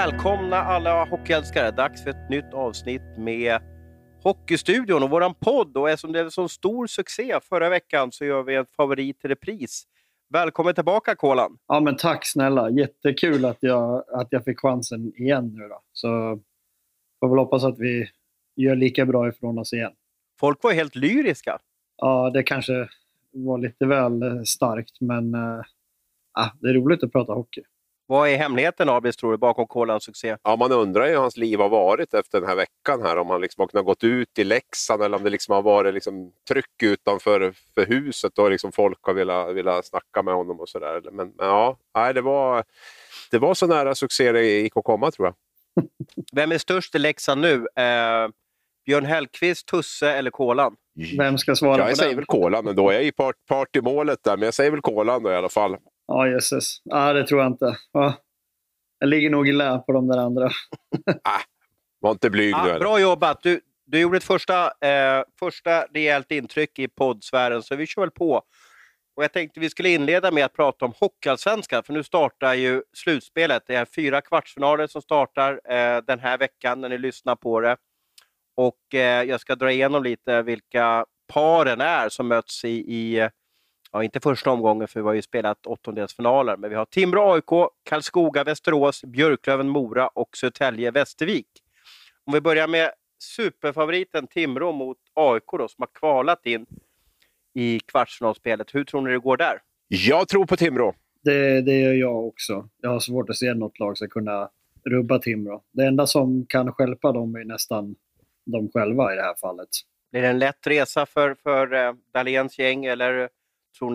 välkomna alla hockeyälskare. Dags för ett nytt avsnitt med Hockeystudion och våran podd. Och eftersom det är en sån stor succé förra veckan så gör vi en favorit i repris. Välkommen tillbaka, Kolan. Ja, men tack snälla. Jättekul att jag fick chansen igen nu då. Så får väl hoppas att vi gör lika bra ifrån oss igen. Folk var helt lyriska. Ja, det kanske var lite väl starkt, men det är roligt att prata hockey. Vad är hemligheten, Abis, tror du, bakom Kolans succé? Ja, man undrar ju hur hans liv har varit efter den här veckan här. Om han liksom har kunnat gått ut i Leksand eller om det liksom har varit liksom tryck utanför för huset och liksom folk har velat snacka med honom och sådär. Men ja, det var så nära succé det gick att komma, tror jag. Vem är störst i Leksand nu? Björn Hellqvist, Tusse eller Kolan? Vem ska svara på det? Jag säger väl Kolan ändå. Jag är i part i målet där, men jag säger väl Kolan då i alla fall. Ja, jösses. Ja, det tror jag inte. Ja. Jag ligger nog i lä på de där andra. Var inte blyg nu. Bra jobbat. Du gjorde ett första rejält intryck i poddsfären, så vi kör väl på. Och jag tänkte vi skulle inleda med att prata om Hockeyallsvenskan, för nu startar ju slutspelet. Det är 4 kvartsfinaler som startar den här veckan när ni lyssnar på det. Och jag ska dra igenom lite vilka paren är som möts i inte första omgången, för vi har ju spelat åttondelsfinaler. Men vi har Timrå AIK, Karlskoga Västerås, Björklöven Mora och Södertälje Västervik. Om vi börjar med superfavoriten Timrå mot AIK då, som har kvalat in i kvartsfinalspelet. Hur tror ni det går där? Jag tror på Timrå. Det gör jag också. Jag har svårt att se något lag som kunna rubba Timrå. Det enda som kan stjälpa dem är nästan de själva i det här fallet. Blir det en lätt resa för Dahléns gäng, eller tror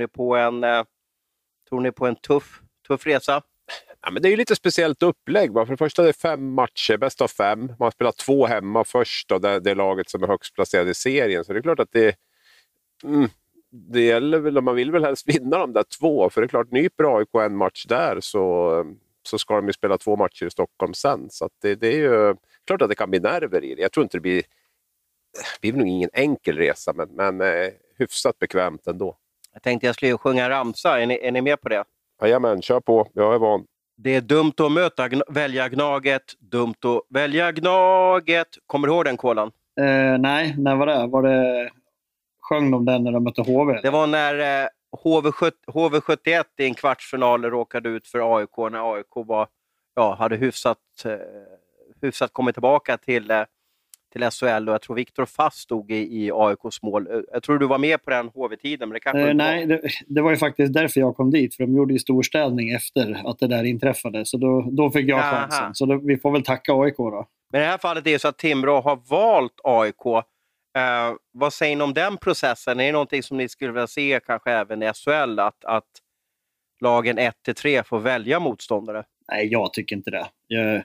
ni på en tuff resa? Ja, men det är ju lite speciellt upplägg. För det första är det 5 matcher, bäst av 5. Man spelar 2 hemma först, och det är laget som är högst placerad i serien. Så det är klart att det gäller väl, om man vill väl helst vinna de där 2. För det är klart, nyper AIK en match där så ska de ju spela 2 matcher i Stockholm sen. Så att det är ju klart att det kan bli nerver i det. Jag tror inte det blir nog ingen enkel resa, men hyfsat bekvämt ändå. Jag tänkte jag skulle sjunga en ramsa. Är ni med på det? Jajamän, kör på. Jag är van. Det är dumt att välja Gnaget. Dumt att välja Gnaget. Kommer du ihåg den, Kolan? Nej, när var det? Sjöng de den när de mötte HV? Det var när HV71 i en kvartsfinal råkade ut för AIK. När AIK hade hyfsat kommit tillbaka till SHL, och jag tror Viktor Fast stod i AIKs mål. Jag tror du var med på den HV-tiden, men det kanske nej, det var ju faktiskt därför jag kom dit, för de gjorde ju storställning efter att det där inträffade, så då fick jag chansen. Så vi får väl tacka AIK då. Men i det här fallet är det så att Timrå har valt AIK. Vad säger ni om den processen? Är det någonting som ni skulle vilja se kanske även i SHL, att lagen 1-3 får välja motståndare? Nej, jag tycker inte det.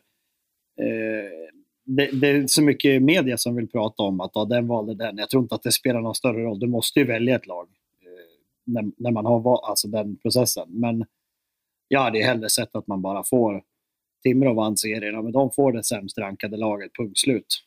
Det är så mycket media som vill prata om att den valde den. Jag tror inte att det spelar någon större roll. Du måste ju välja ett lag när man har alltså den processen. Men jag hade hellre sett att man bara får Timrå vann serien, men de får det sämst rankade laget, punkt slut.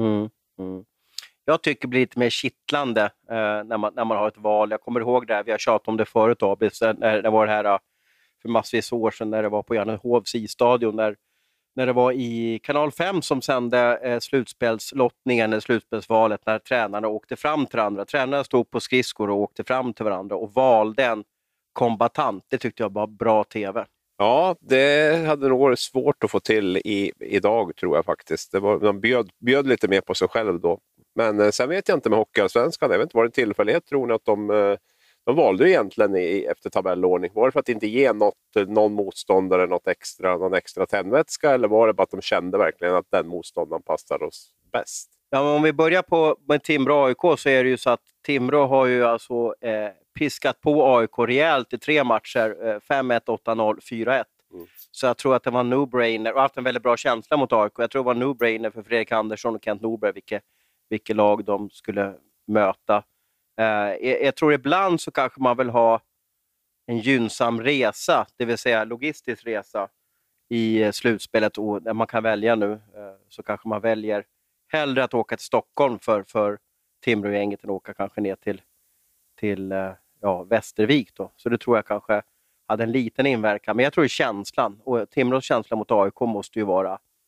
Jag tycker det blir lite mer kittlande när man har ett val. Jag kommer ihåg det, vi har tjatat om det förut, Abis, när det var det här för massvis år sedan, när det var på Jannehovs istadion, när det var i kanal 5 som sände slutspelslottningen eller slutspelsvalet, när tränarna åkte fram till varandra. Tränarna stod på skridskor och åkte fram till varandra och valde en kombatant. Det tyckte jag var bra tv. Ja, det hade nog varit svårt att få till idag, tror jag faktiskt. De bjöd lite mer på sig själv då. Men sen vet jag inte med Hockeyallsvenskan. Jag vet inte, var det en tillfällighet, tror ni, att de valde egentligen efter tabellordning? Var det för att inte ge någon motståndare någon extra tändvätska, eller var det bara att de kände verkligen att den motståndaren passar oss bäst? Ja, men om vi börjar med Timrå AIK, så är det ju så att Timrå har ju alltså piskat på AIK rejält i 3 matcher. 5-1, 8-0, 4-1. Så jag tror att det var en no-brainer, och haft en väldigt bra känsla mot AIK. Jag tror det var en no-brainer för Fredrik Andersson och Kent Norberg vilket lag de skulle möta. Jag tror ibland så kanske man vill ha en gynnsam resa, det vill säga logistisk resa i slutspelet, och när man kan välja nu så kanske man väljer hellre att åka till Stockholm för Timrå-gänget än åka kanske ner till Västervik då. Så det tror jag kanske hade en liten inverkan. Men jag tror känslan, och Timrås känsla mot AIK måste ju vara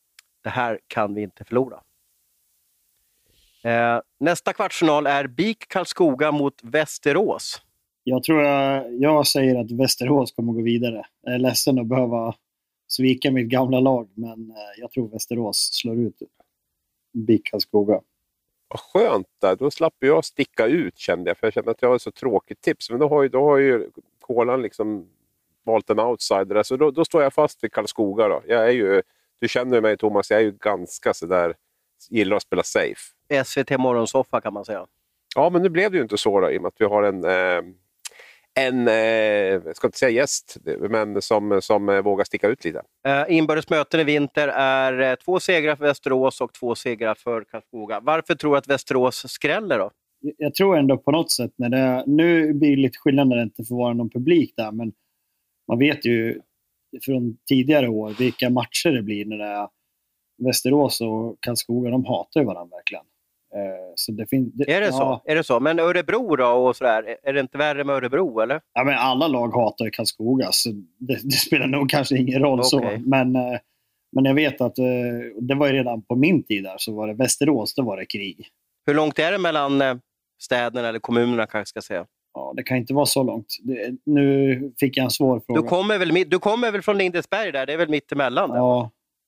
det här kan vi inte förlora. Nästa kvartsfinal är BIK Karlskoga mot Västerås. Jag säger att Västerås kommer gå vidare. Jag är ledsen att behöva svika mitt gamla lag, men jag tror Västerås slår ut BIK Karlskoga. Vad skönt där. Då slapp jag sticka ut, kände jag. För jag kände att jag har ett så tråkigt tips. Men då har ju Kolan liksom valt en outsider. Så då står jag fast vid Karlskoga då. Du känner mig, Thomas, jag är ju ganska sådär, gillar att spela safe. SVT morgonsoffa kan man säga. Ja, men nu blev det ju inte så då, i och med att vi har jag ska inte säga gäst, men som vågar sticka ut lite. Inbördes möten i vinter är 2 segrar för Västerås och 2 segrar för Karlskoga. Varför tror du att Västerås skräller då? Jag tror ändå på något sätt, nu blir det lite skillnad när det inte får vara någon publik där, men man vet ju från tidigare år vilka matcher det blir när det är Västerås och Karlskoga, de hatar ju varandra verkligen. Så Är det så? Men Örebro då och sådär, är det inte värre med Örebro eller? Ja, men alla lag hatar ju Karlskoga, så det spelar nog kanske ingen roll. Okay. Så. Men jag vet att det var ju redan på min tid där, så var det Västerås, då var det krig. Hur långt är det mellan städerna eller kommunerna kanske ska säga? Ja, det kan inte vara så långt. Nu fick jag en svår fråga. Du kommer väl från Lindesberg där, det är väl mitt emellan? Ja.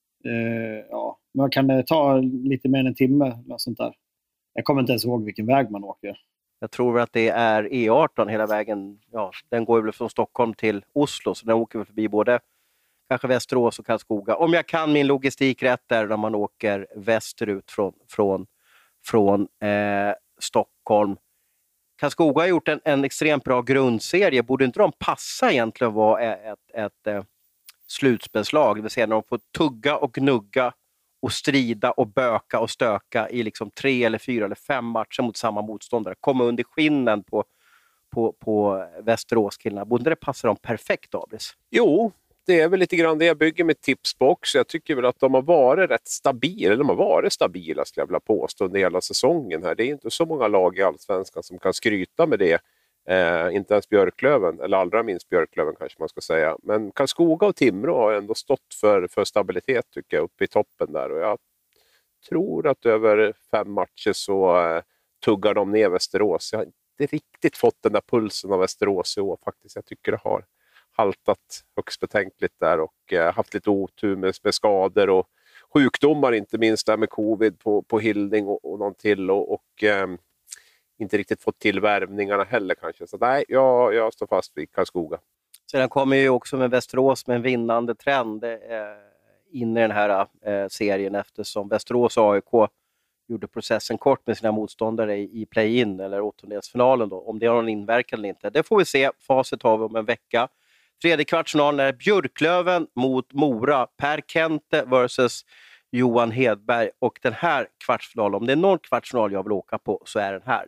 Ja, man kan ta lite mer än en timme eller sånt där. Jag kommer inte ens ihåg vilken väg man åker. Jag tror att det är E18 hela vägen. Ja, den går väl från Stockholm till Oslo, så den åker väl förbi både kanske Västerås och Karlskoga. Om jag kan min logistik rätt där, när man åker västerut från Stockholm. Karlskoga har gjort en extremt bra grundserie. Borde inte de passa egentligen vara ett slutspelslag? Det vill säga när de får tugga och gnugga och strida och böka och stöka i liksom 3 eller 4 eller 5 matcher mot samma motståndare. Komma under skinnen på Västeråskillarna. Borde det passa dem perfekt, Abris? Jo, det är väl lite grann det jag bygger mitt tips på också. Jag tycker väl att de har varit rätt stabila. Eller de har varit stabila, skulle jag vilja påstå, under hela säsongen här. Det är inte så många lag i Allsvenskan som kan skryta med det. Inte ens Björklöven, eller allra minst Björklöven kanske man ska säga. Men Karlskoga och Timrå har ändå stått för stabilitet, tycker jag, uppe i toppen där. Och jag tror att över 5 matcher så tuggar de ner Västerås. Jag har inte riktigt fått den där pulsen av Västerås i år faktiskt. Jag tycker det har haltat högst betänkligt där och haft lite otur med skador och sjukdomar, inte minst där med covid på Hilding och någon till och inte riktigt fått till värvningarna heller kanske. Så nej, jag står fast vid Karlskoga. Sedan kommer ju också med Västerås med en vinnande trend in i den här serien, eftersom Västerås och AIK gjorde processen kort med sina motståndare i play-in eller åttondelsfinalen då. Om det har någon inverkan eller inte. Det får vi se. Facit har vi om en vecka. Tredje kvartsfinalen är Björklöven mot Mora. Per Kente versus Johan Hedberg. Och den här kvartsfinalen, om det är någon kvartsfinal jag vill åka på, så är den här.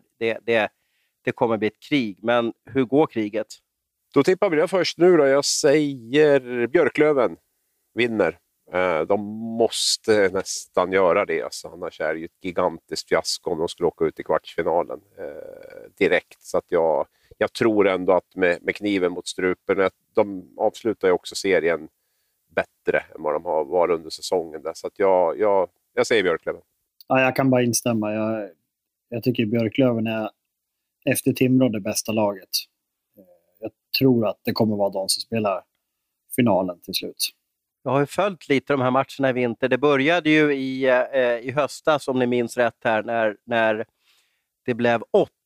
Det kommer bli ett krig. Men hur går kriget? Då tippar vi det först nu då. Jag säger Björklöven vinner. De måste nästan göra det. Alltså, annars är det ju ett gigantiskt fiasko om de skulle åka ut i kvartsfinalen direkt. Så att jag tror ändå att med kniven mot strupen, de avslutar ju också serien bättre än vad de har varit under säsongen där. Så att jag säger Björklöven. Ja, jag kan bara instämma. Jag tycker Björklöven är efter Timrå det bästa laget. Jag tror att det kommer vara de som spelar finalen till slut. Jag har ju följt lite de här matcherna i vinter. Det började ju i höstas, om ni minns rätt här, när det blev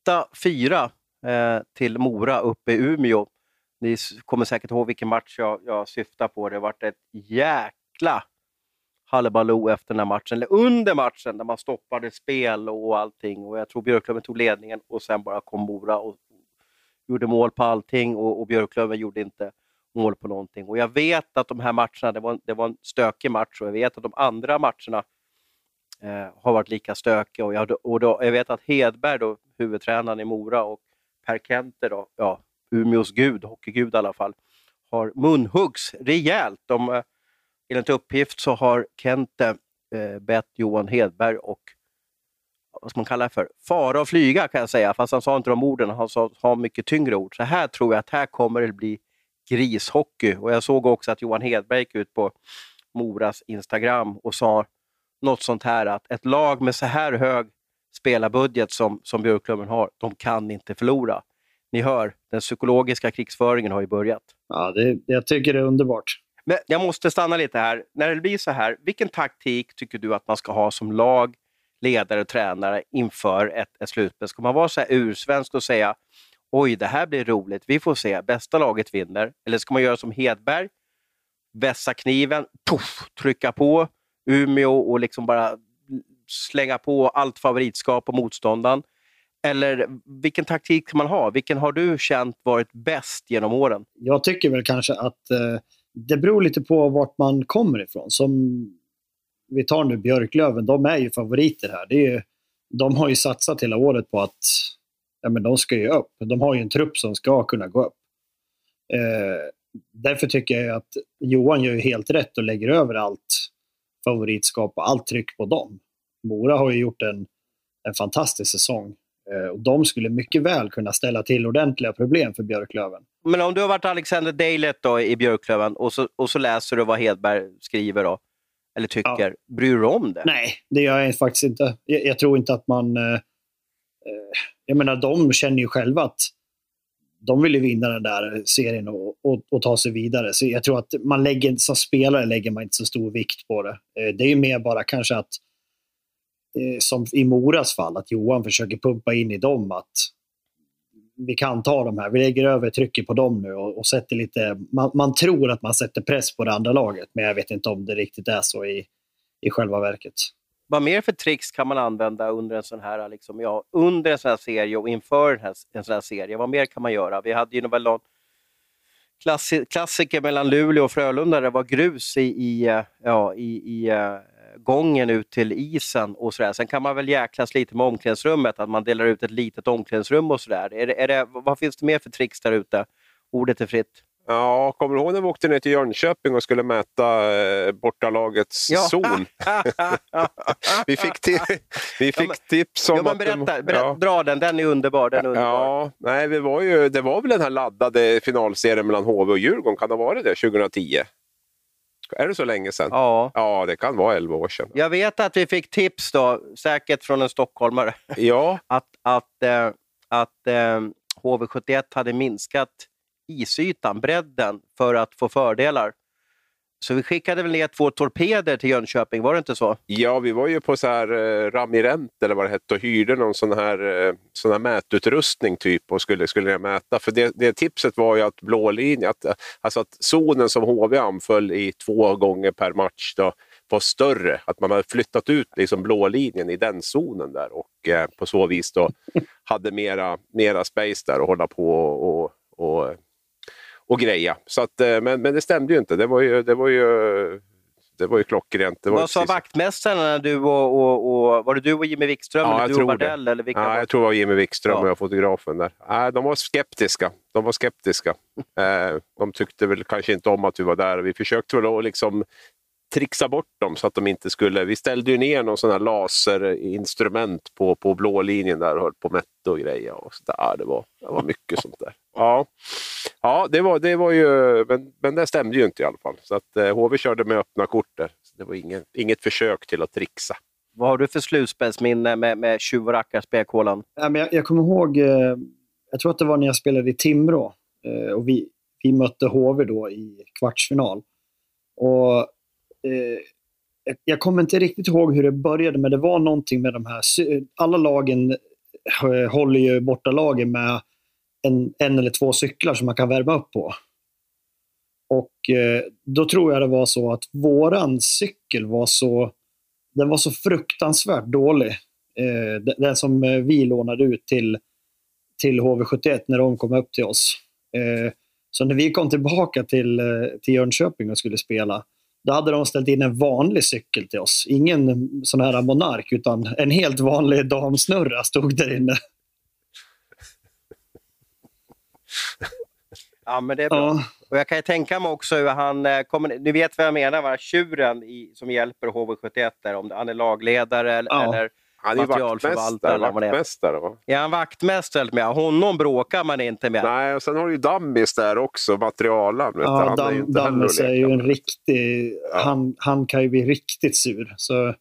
8-4 till Mora uppe i Umeå. Ni kommer säkert ihåg vilken match jag syftar på. Det har varit ett jäkla halabaloo efter den här matchen, eller under matchen, där man stoppade spel och allting. Och jag tror Björklöven tog ledningen och sen bara kom Mora och gjorde mål på allting, och Björklöven gjorde inte mål på någonting. Och jag vet att de här matcherna, det var en stökig match, och jag vet att de andra matcherna har varit lika stökiga. Och jag vet att Hedberg, då, huvudtränaren i Mora, och Per Kente, då, ja, Umeås gud, hockeygud i alla fall, har munhuggs rejält. Enligt uppgift så har Kente bett Johan Hedberg och, vad ska man kalla det för, fara och flyga, kan jag säga. Fast han sa inte de orden, han sa mycket tyngre ord. Så här tror jag att här kommer det bli grishockey. Och jag såg också att Johan Hedberg gick ut på Moras Instagram och sa något sånt här att ett lag med så här hög spelarbudget som Björklöven har, de kan inte förlora. Ni hör, den psykologiska krigsföringen har ju börjat. Ja, jag tycker det är underbart. Men jag måste stanna lite här. När det blir så här, vilken taktik tycker du att man ska ha som lag, ledare och tränare inför ett slutspel? Ska man vara så här ursvensk och säga oj, det här blir roligt, vi får se, bästa laget vinner? Eller ska man göra som Hedberg, vässa kniven, trycka på Umeå och liksom bara slänga på allt favoritskap på motståndaren? Eller vilken taktik kan man ha? Vilken har du känt varit bäst genom åren? Jag tycker väl kanske att det beror lite på vart man kommer ifrån. Som vi tar nu Björklöven, de är ju favoriter här. De har ju satsat hela året på att men de ska ju upp. De har ju en trupp som ska kunna gå upp. Därför tycker jag att Johan gör ju helt rätt och lägger över allt favoritskap och allt tryck på dem. Mora har ju gjort en fantastisk säsong. Och de skulle mycket väl kunna ställa till ordentliga problem för Björklöven. Men om du har varit Alexander Dejlet då i Björklöven och så läser du vad Hedberg skriver då, eller tycker, bryr du om det? Nej, det gör jag faktiskt inte. Jag tror inte att man... jag menar, de känner ju själva att de vill ju vinna den där serien och ta sig vidare. Så jag tror att som spelare lägger man inte så stor vikt på det. Det är ju mer bara kanske att som i Moras fall, att Johan försöker pumpa in i dem att vi kan ta de här, vi lägger över trycket på dem nu och sätter lite, man tror att man sätter press på det andra laget, men jag vet inte om det riktigt är så i själva verket. Vad mer för tricks kan man använda under en sån här under en sån här serie och inför en sån här serie? Vad mer kan man göra? Vi hade ju någon klassiker mellan Luleå och Frölunda där det var grus i gången ut till isen och sådär. Sen kan man väl jäklas lite med omklädningsrummet, att man delar ut ett litet omklädningsrum och sådär. Vad finns det mer för tricks där ute? Ordet är fritt. Ja, kommer du ihåg när vi åkte ner till Jönköping och skulle mäta bortalagets zon? vi fick tips om att... Berätta, dra den är underbar. Ja, nej, det var väl den här laddade finalserien mellan HV och Djurgården, kan det ha varit det 2010? Är det så länge sedan? Ja, det kan vara 11 år sedan. Jag vet att vi fick tips då, säkert från en stockholmare, att HV71 hade minskat isytan, bredden, för att få fördelar. Så vi skickade väl ner 2 torpeder till Jönköping, var det inte så? Ja, vi var ju på så här Ramirent eller vad det hette och hyrde någon sån här mätutrustning typ och skulle mäta. För det tipset var ju att blå linje, att zonen som HV anföll i 2 gånger per match då var större. Att man hade flyttat ut liksom blå linjen i den zonen där och på så vis då hade mera space där och hålla på och greja. Så att, men det stämde ju inte. Det var ju klockrent. Vad sa vaktmästaren när du och var det du och Jimmy Wikström eller du och Bardell? Eller vilka jag tror det var Jimmy Wikström och jag, fotografen där. De var skeptiska. De tyckte väl kanske inte om att vi var där. Vi försökte väl att liksom trixa bort dem så att de inte skulle... Vi ställde ju ner någon sån här laserinstrument på blå linjen där och höll på mätt och grejer. Och så där. Det var mycket sånt där. Ja, det var ju... Men det stämde ju inte i alla fall. Så att HV körde med öppna kort där. Så det var inget försök till att trixa. Vad har du för slutspelsminne med tjuv och rackar spekhålan? Jag kommer ihåg... Jag tror att det var när jag spelade i Timrå. Och vi mötte HV då i kvartsfinal. Och... jag kommer inte riktigt ihåg hur det började, men det var någonting med de här... Alla lagen håller ju borta lagen med en eller 2 cyklar som man kan värma upp på. Och då tror jag det var så att våran cykel var så fruktansvärt dålig. Den som vi lånade ut till HV71 när de kom upp till oss. Så när vi kom tillbaka till Jönköping och skulle spela, då hade de ställt in en vanlig cykel till oss. Ingen sån här Monark, utan en helt vanlig damsnurra stod där inne. Ja, men det är bra. Ja. Och jag kan ju tänka mig också hur han kommer... Ni vet vad jag menar, va? Tjuren som hjälper HV71 där, om han är lagledare eller han är vaktmästare, va? Ja, han vaktmästare med. Honom bråkar man inte med. Nej, och sen har du ju Dammis där också, materialen. Ja, Dammis är ju en riktig... Ja. Han kan ju bli riktigt sur. Så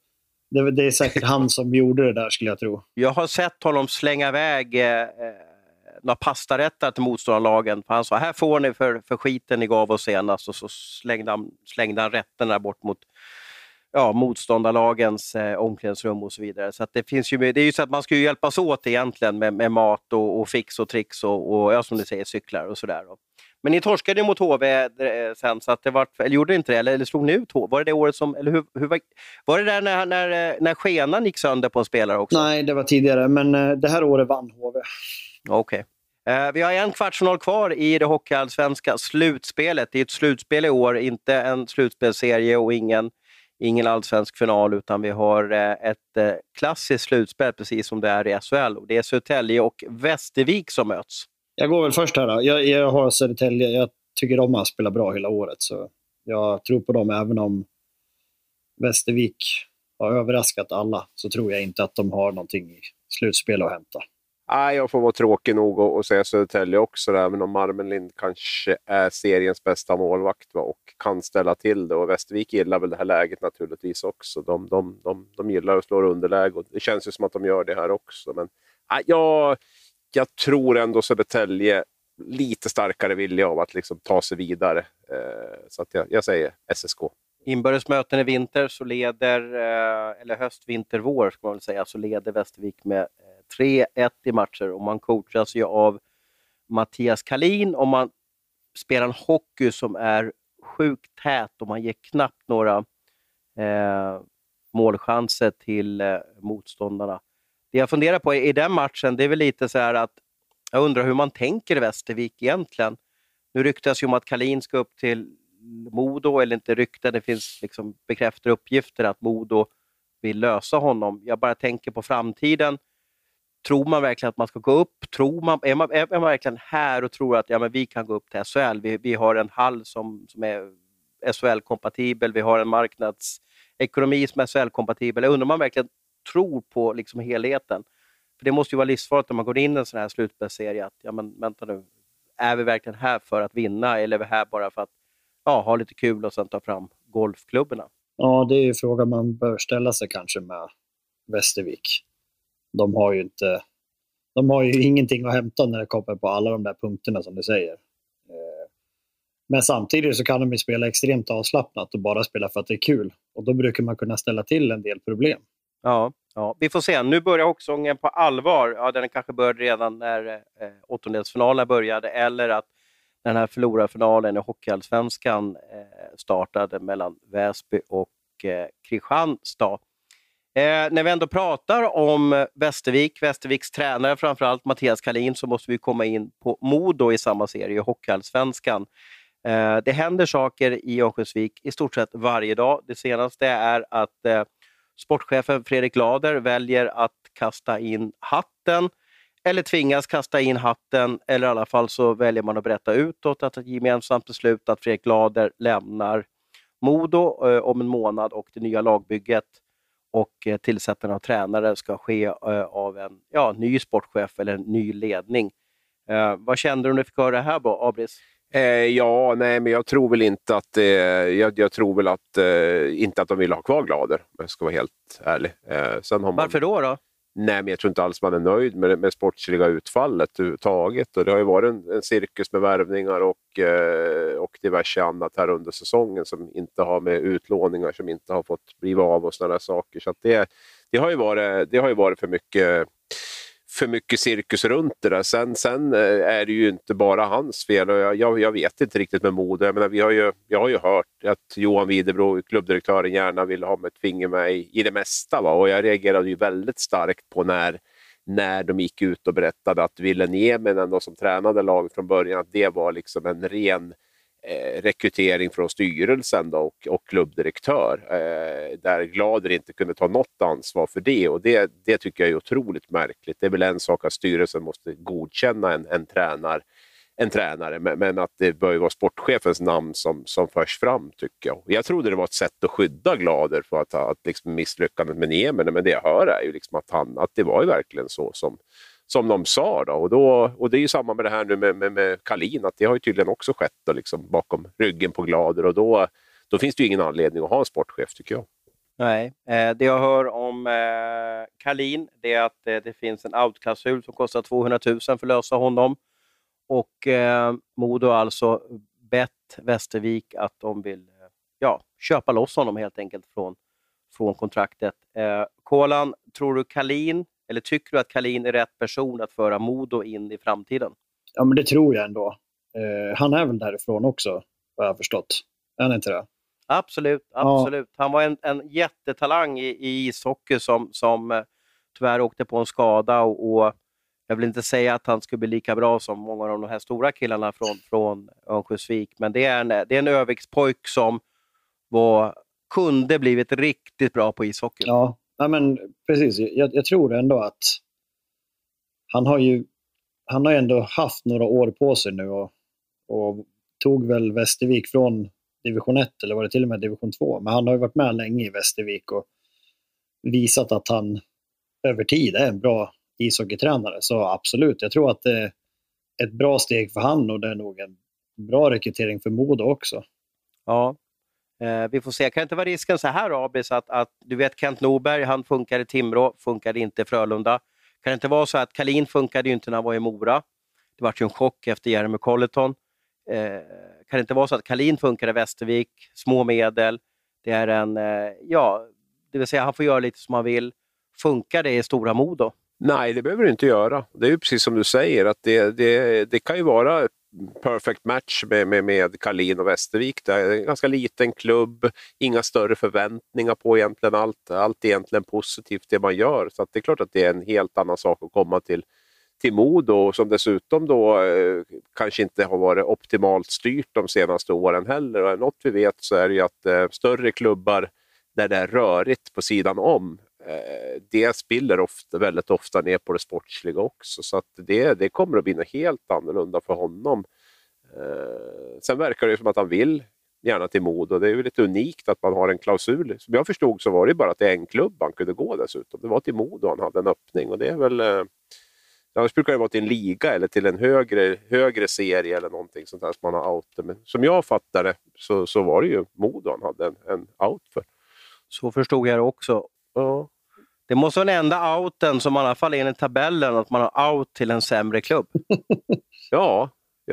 Det är säkert han som gjorde det där, skulle jag tro. Jag har sett honom slänga iväg några pastarätter till motståndarlagen. Han sa, här får ni för skiten ni gav oss senast. Och så slängde han rätterna bort mot motståndarlagens omklädningsrum och så vidare. Så att det är ju så att man ska ju hjälpas åt egentligen med mat och fix och tricks och som du säger, cyklar och sådär. Men ni torskade ju mot HV sen, så att det eller gjorde inte det, eller slog ni ut HV? Var det det året som, eller hur var det där när skenan gick sönder på en spelare också? Nej, det var tidigare, men det här året vann HV. Okej. Vi har en kvartsfinal kvar i det hockeyallsvenska slutspelet. Det är ett slutspel i år, inte en slutspelserie och ingen allsvensk final, utan vi har ett klassiskt slutspel precis som det är i SHL. Och det är Södertälje och Västervik som möts. Jag går väl först här då. Jag har Södertälje. Jag tycker de har spelat bra hela året, så jag tror på dem. Även om Västervik har överraskat alla, så tror jag inte att de har någonting i slutspel att hämta. Nej, jag får vara tråkig nog och säga Södertälje också, även om Marmenlind kanske är seriens bästa målvakt och kan ställa till det. Och Västervik gillar väl det här läget naturligtvis också. De gillar att slå underläge, och det känns ju som att de gör det här också. Men jag tror ändå Södertälje lite starkare vilja av att liksom ta sig vidare. Så att jag säger SSK. Inbördesmöten i vinter så leder, eller höst, vinter, vår ska man väl säga, så leder Västervik med 3-1 i matcher, och man coachas ju av Mattias Kalin, och man spelar en hockey som är sjukt tät och man ger knappt några målchanser till motståndarna. Det jag funderar på i den matchen, det är väl lite så här att jag undrar hur man tänker i Västervik egentligen. Nu ryktas ju om att Kalin ska upp till Modo, eller inte rykten, det finns liksom bekräftade uppgifter att Modo vill lösa honom. Jag bara tänker på framtiden. Tror man verkligen att man ska gå upp? Är man verkligen här och tror att men vi kan gå upp till SHL? Vi har en hall som är SHL-kompatibel. Vi har en marknadsekonomi som är SHL-kompatibel. Jag undrar om man verkligen tror på liksom helheten. För det måste ju vara livsfarligt när man går in i en sån här slutspelsserie. Att, vänta nu, är vi verkligen här för att vinna? Eller är vi här bara för att ha lite kul och sen ta fram golfklubborna? Ja, det är ju frågan man bör ställa sig kanske med Västervik. De har ju ingenting att hämta när det kommer på alla de där punkterna som du säger. Men samtidigt så kan de ju spela extremt avslappnat och bara spela för att det är kul. Och då brukar man kunna ställa till en del problem. Ja, vi får se. Nu börjar hockeysången på allvar. Ja, den kanske började redan när åttondelsfinalen började, eller att den här förlorarfinalen i hockeyallsvenskan startade mellan Väsby och Kristianstad. När vi ändå pratar om Västerviks tränare, framförallt Mattias Kalin, så måste vi komma in på Modo i samma serie, i hockeyallsvenskan. Det händer saker i Örnsköldsvik i stort sett varje dag. Det senaste är att sportchefen Fredrik Glader väljer att kasta in hatten, eller tvingas kasta in hatten, eller i alla fall så väljer man att berätta utåt att ett gemensamt beslut att Fredrik Glader lämnar Modo om en månad, och det nya lagbygget och tillsättande av tränare ska ske av en ny sportchef eller en ny ledning. Vad kände du när du fick höra det här, Abris? Men jag tror väl inte att jag tror väl att inte att de vill ha kvar Glader, om jag ska vara helt ärlig. Sen har man... Varför då? Nej, men jag tror inte alls man är nöjd med det sportsliga utfallet överhuvudtaget. Och det har ju varit en cirkus med värvningar och diverse annat här under säsongen som inte har med utlåningar som inte har fått bli av och sådana saker. Så att det har ju varit för mycket cirkus runt det där. Sen är det ju inte bara hans fel, och jag vet inte riktigt med Modo. Jag menar, jag har ju hört att Johan Widerbro, klubbdirektören, gärna vill ha med ett finger med i det mesta. Va? Och jag reagerade ju väldigt starkt på när de gick ut och berättade att Ville Nieminen då, som tränade laget från början, att det var liksom en ren rekrytering från styrelsen då, och klubbdirektör, där Glader inte kunde ta något ansvar för det, och det tycker jag är otroligt märkligt. Det är väl en sak att styrelsen måste godkänna en tränare, men att det bör ju vara sportchefens namn som förs fram, tycker jag. Jag trodde det var ett sätt att skydda Glader för att liksom misslyckandet med Nieminen, men det jag hör är ju liksom att det var ju verkligen så som de sa då. Och det är ju samma med det här nu med Kalin, att det har ju tydligen också skett då, liksom bakom ryggen på Glader, och då finns det ju ingen anledning att ha en sportchef, tycker jag. Nej, det jag hör om Kalin, det är att det finns en outklausul som kostar 200 000 för att lösa honom. Och Modo har alltså bett Västervik att de vill köpa loss honom helt enkelt från kontraktet. Kolan, tror du Kalin, eller tycker du att Kalin är rätt person att föra Modo in i framtiden? Ja, men det tror jag ändå. Han är väl därifrån också, vad jag har förstått. Är han inte det? Absolut. Ja. Han var en jättetalang i ishockey som tyvärr åkte på en skada och jag vill inte säga att han skulle bli lika bra som många av de här stora killarna från Örnsköldsvik, men det är en övikspojk som kunde blivit riktigt bra på ishockey. Ja, men precis. Jag tror ändå att han har ändå haft några år på sig nu och tog väl Västervik från division 1 eller var det till och med division 2. Men han har ju varit med länge i Västervik och visat att han över tid är en bra ishockeytränare. Så absolut, jag tror att det är ett bra steg för han och det är nog en bra rekrytering för Modo också. Ja, vi får se. Kan det inte vara risken så här, Abis, att du vet Kent Norberg, han funkar i Timrå, funkade inte i Frölunda. Kan det inte vara så att Kalin funkade ju inte när han var i Mora? Det var ju en chock efter Jeremy Colleton. Kan det inte vara så att Kalin funkar i Västervik, små medel, det är det vill säga han får göra lite som han vill. Funkar det i stora Modo? Nej, det behöver du inte göra. Det är ju precis som du säger att det kan ju vara perfect match med Kalin och Västervik. Det är en ganska liten klubb, inga större förväntningar på egentligen allt egentligen positivt det man gör. Så att det är klart att det är en helt annan sak att komma till Modo som dessutom då kanske inte har varit optimalt styrt de senaste åren heller. Och något vi vet så är det ju att större klubbar där det är rörigt på sidan om det spiller väldigt ofta ner på det sportsliga också. Så att det kommer att bli något helt annorlunda för honom. Sen verkar det som att han vill gärna till Modo. Det är ju lite unikt att man har en klausul. Som jag förstod så var det bara att det är en klubb han kunde gå dessutom. Det var till Modo han hade en öppning och det är väl... Annars brukar det vara till en liga eller till en högre serie eller någonting sånt här som man har out. Men som jag fattar det så var det ju Modo han hade en out för. Så förstod jag det också. Ja. Det måste vara den enda outen som i alla fall är i tabellen att man har out till en sämre klubb. Ja.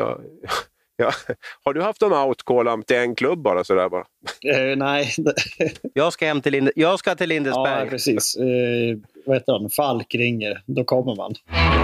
Har du haft en out-call till en klubb bara sådär bara? Nej. Jag ska till Lindesberg. Ja, precis. Vad heter han? Falk ringer. Då kommer man.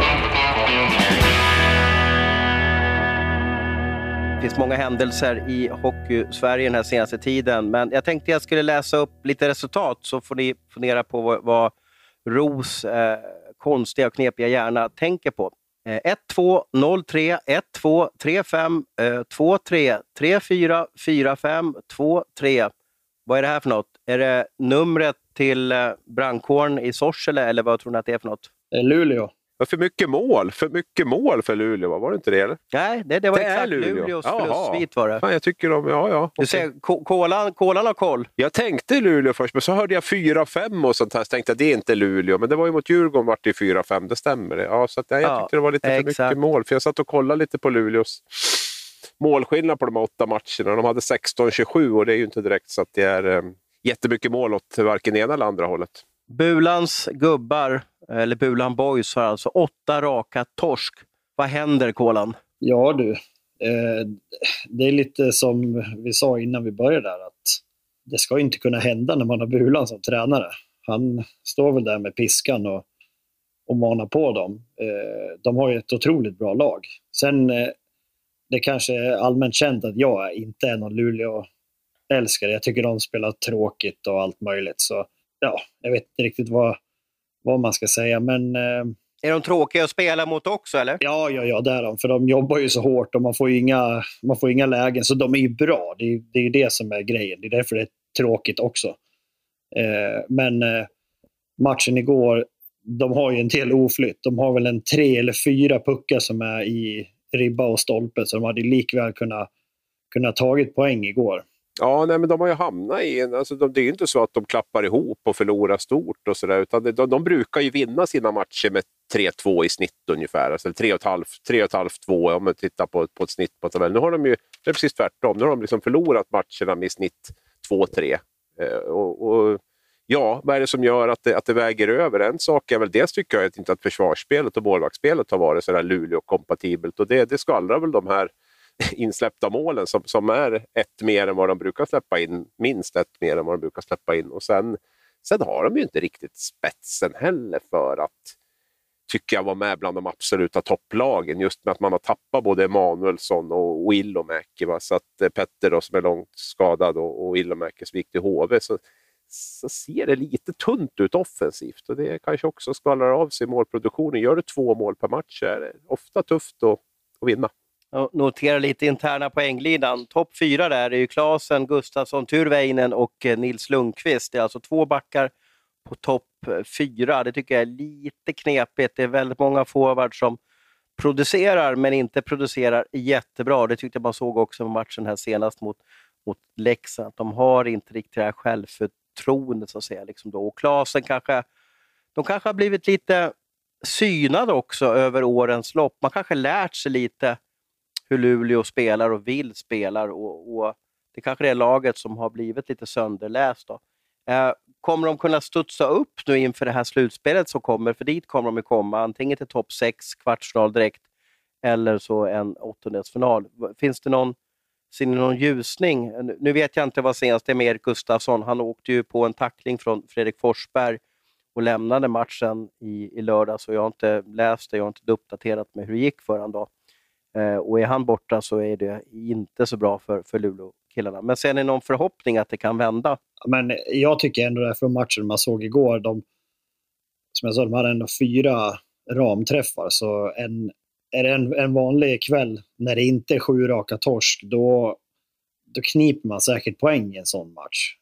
Det finns många händelser i Hockey-Sverige den här senaste tiden. Men jag tänkte jag skulle läsa upp lite resultat så får ni fundera på vad Ros konstiga och knepiga hjärna tänker på. 1-2-0-3, 1-2, 3-5, 2-3, 3-4, 4-5, 2-3. Vad är det här för något? Är det numret till brandkåren i Sorsele eller vad tror ni att det är för något? Luleå. För mycket mål för Luleå, var det inte det eller? Nej, det var exakt Luleås förlustsvit var det. Fan, jag tycker okay. Du ser, Kolan har koll. Jag tänkte Luleå först, men så hörde jag 4-5 och sånt här. Så tänkte jag, det är inte Luleå. Men det var ju mot Djurgården vart det 4-5, det stämmer det. Ja, så att, jag tyckte det var lite för mycket mål. För jag satt och kollade lite på Luleås målskillnad på de 8 matcherna. De hade 16-27 och det är ju inte direkt så att det är jättemycket mål åt varken ena eller andra hållet. Bulans gubbar, eller Bulan Boys, har alltså 8 raka torsk. Vad händer, Kolan? Ja du, det är lite som vi sa innan vi började där, att det ska inte kunna hända när man har Bulan som tränare. Han står väl där med piskan och manar på dem. De har ju ett otroligt bra lag. Sen det kanske är allmänt känt att jag inte är någon Luleå-älskare. Jag tycker de spelar tråkigt och allt möjligt. Så ja, jag vet inte riktigt vad man ska säga, men... Är de tråkiga att spela mot också, eller? Ja, det är de. För de jobbar ju så hårt och man får inga lägen. Så de är ju bra. Det är ju det som är grejen. Det är därför det är tråkigt också. Men matchen igår, de har ju en del oflytt. De har väl 3 eller 4 puckar som är i ribba och stolpe. Så de hade likväl kunnat tagit poäng igår. Ja, nej, men de har ju hamnat i alltså det är ju inte så att de klappar ihop och förlorar stort och sådär, utan de brukar ju vinna sina matcher med 3-2 i snitt ungefär, alltså 3,5-2 om man tittar på ett snitt på tabellen. Nu har de ju, det är precis tvärtom, nu har de liksom förlorat matcherna med snitt 2-3 och ja, vad är det som gör att det väger över? En sak är väl dels tycker jag inte att försvarsspelet och målvaktsspelet har varit sådär Luleå-kompatibelt, och det skvallrar väl de här insläppta målen som är ett mer än vad de brukar släppa in, minst ett mer än vad de brukar släppa in. Och sen har de ju inte riktigt spetsen heller för att, tycker jag, vara med bland de absoluta topplagen, just med att man har tappat både Emanuelsson och Ilomäki, så att Petter då, som är långt skadad, och Ilomäkis gick till HV, så ser det lite tunt ut offensivt, och det kanske också skvallrar av sig i målproduktionen. Gör du 2 mål per match är det ofta tufft att vinna. Jag noterar lite interna poänglidan. Topp 4 där är ju Klasen, Gustafsson, Tyrväinen och Nils Lundqvist. Det är alltså 2 backar på topp 4. Det tycker jag är lite knepigt. Det är väldigt många forwards som producerar men inte producerar jättebra. Det tyckte jag man såg också i matchen här senast mot Leksand. Att de har inte riktigt det här självförtroendet, så att säga. Liksom då. Och Klasen kanske har blivit lite synade också över årens lopp. Man kanske lärt sig lite hur Luleå spelar och vill spelar, och det kanske är laget som har blivit lite sönderläst då. Kommer de kunna studsa upp nu inför det här slutspelet som kommer? För dit kommer de att komma antingen till topp 6, kvartsfinal direkt, eller så en åttondelsfinal. Finns det någon ljusning? Nu vet jag inte vad senast det är med Erik Gustafsson. Han åkte ju på en tackling från Fredrik Forsberg och lämnade matchen i lördag, så jag har inte läst det, jag har inte uppdaterat mig hur det gick för han då. Och är han borta så är det inte så bra för Luleå-killarna. Men sen är det någon förhoppning att det kan vända. Men jag tycker ändå det från matchen man såg igår, som jag sa, de hade ändå 4 ramträffar. Så är det en vanlig kväll när det inte är 7 raka torsk, då kniper man säkert poäng i en sån match.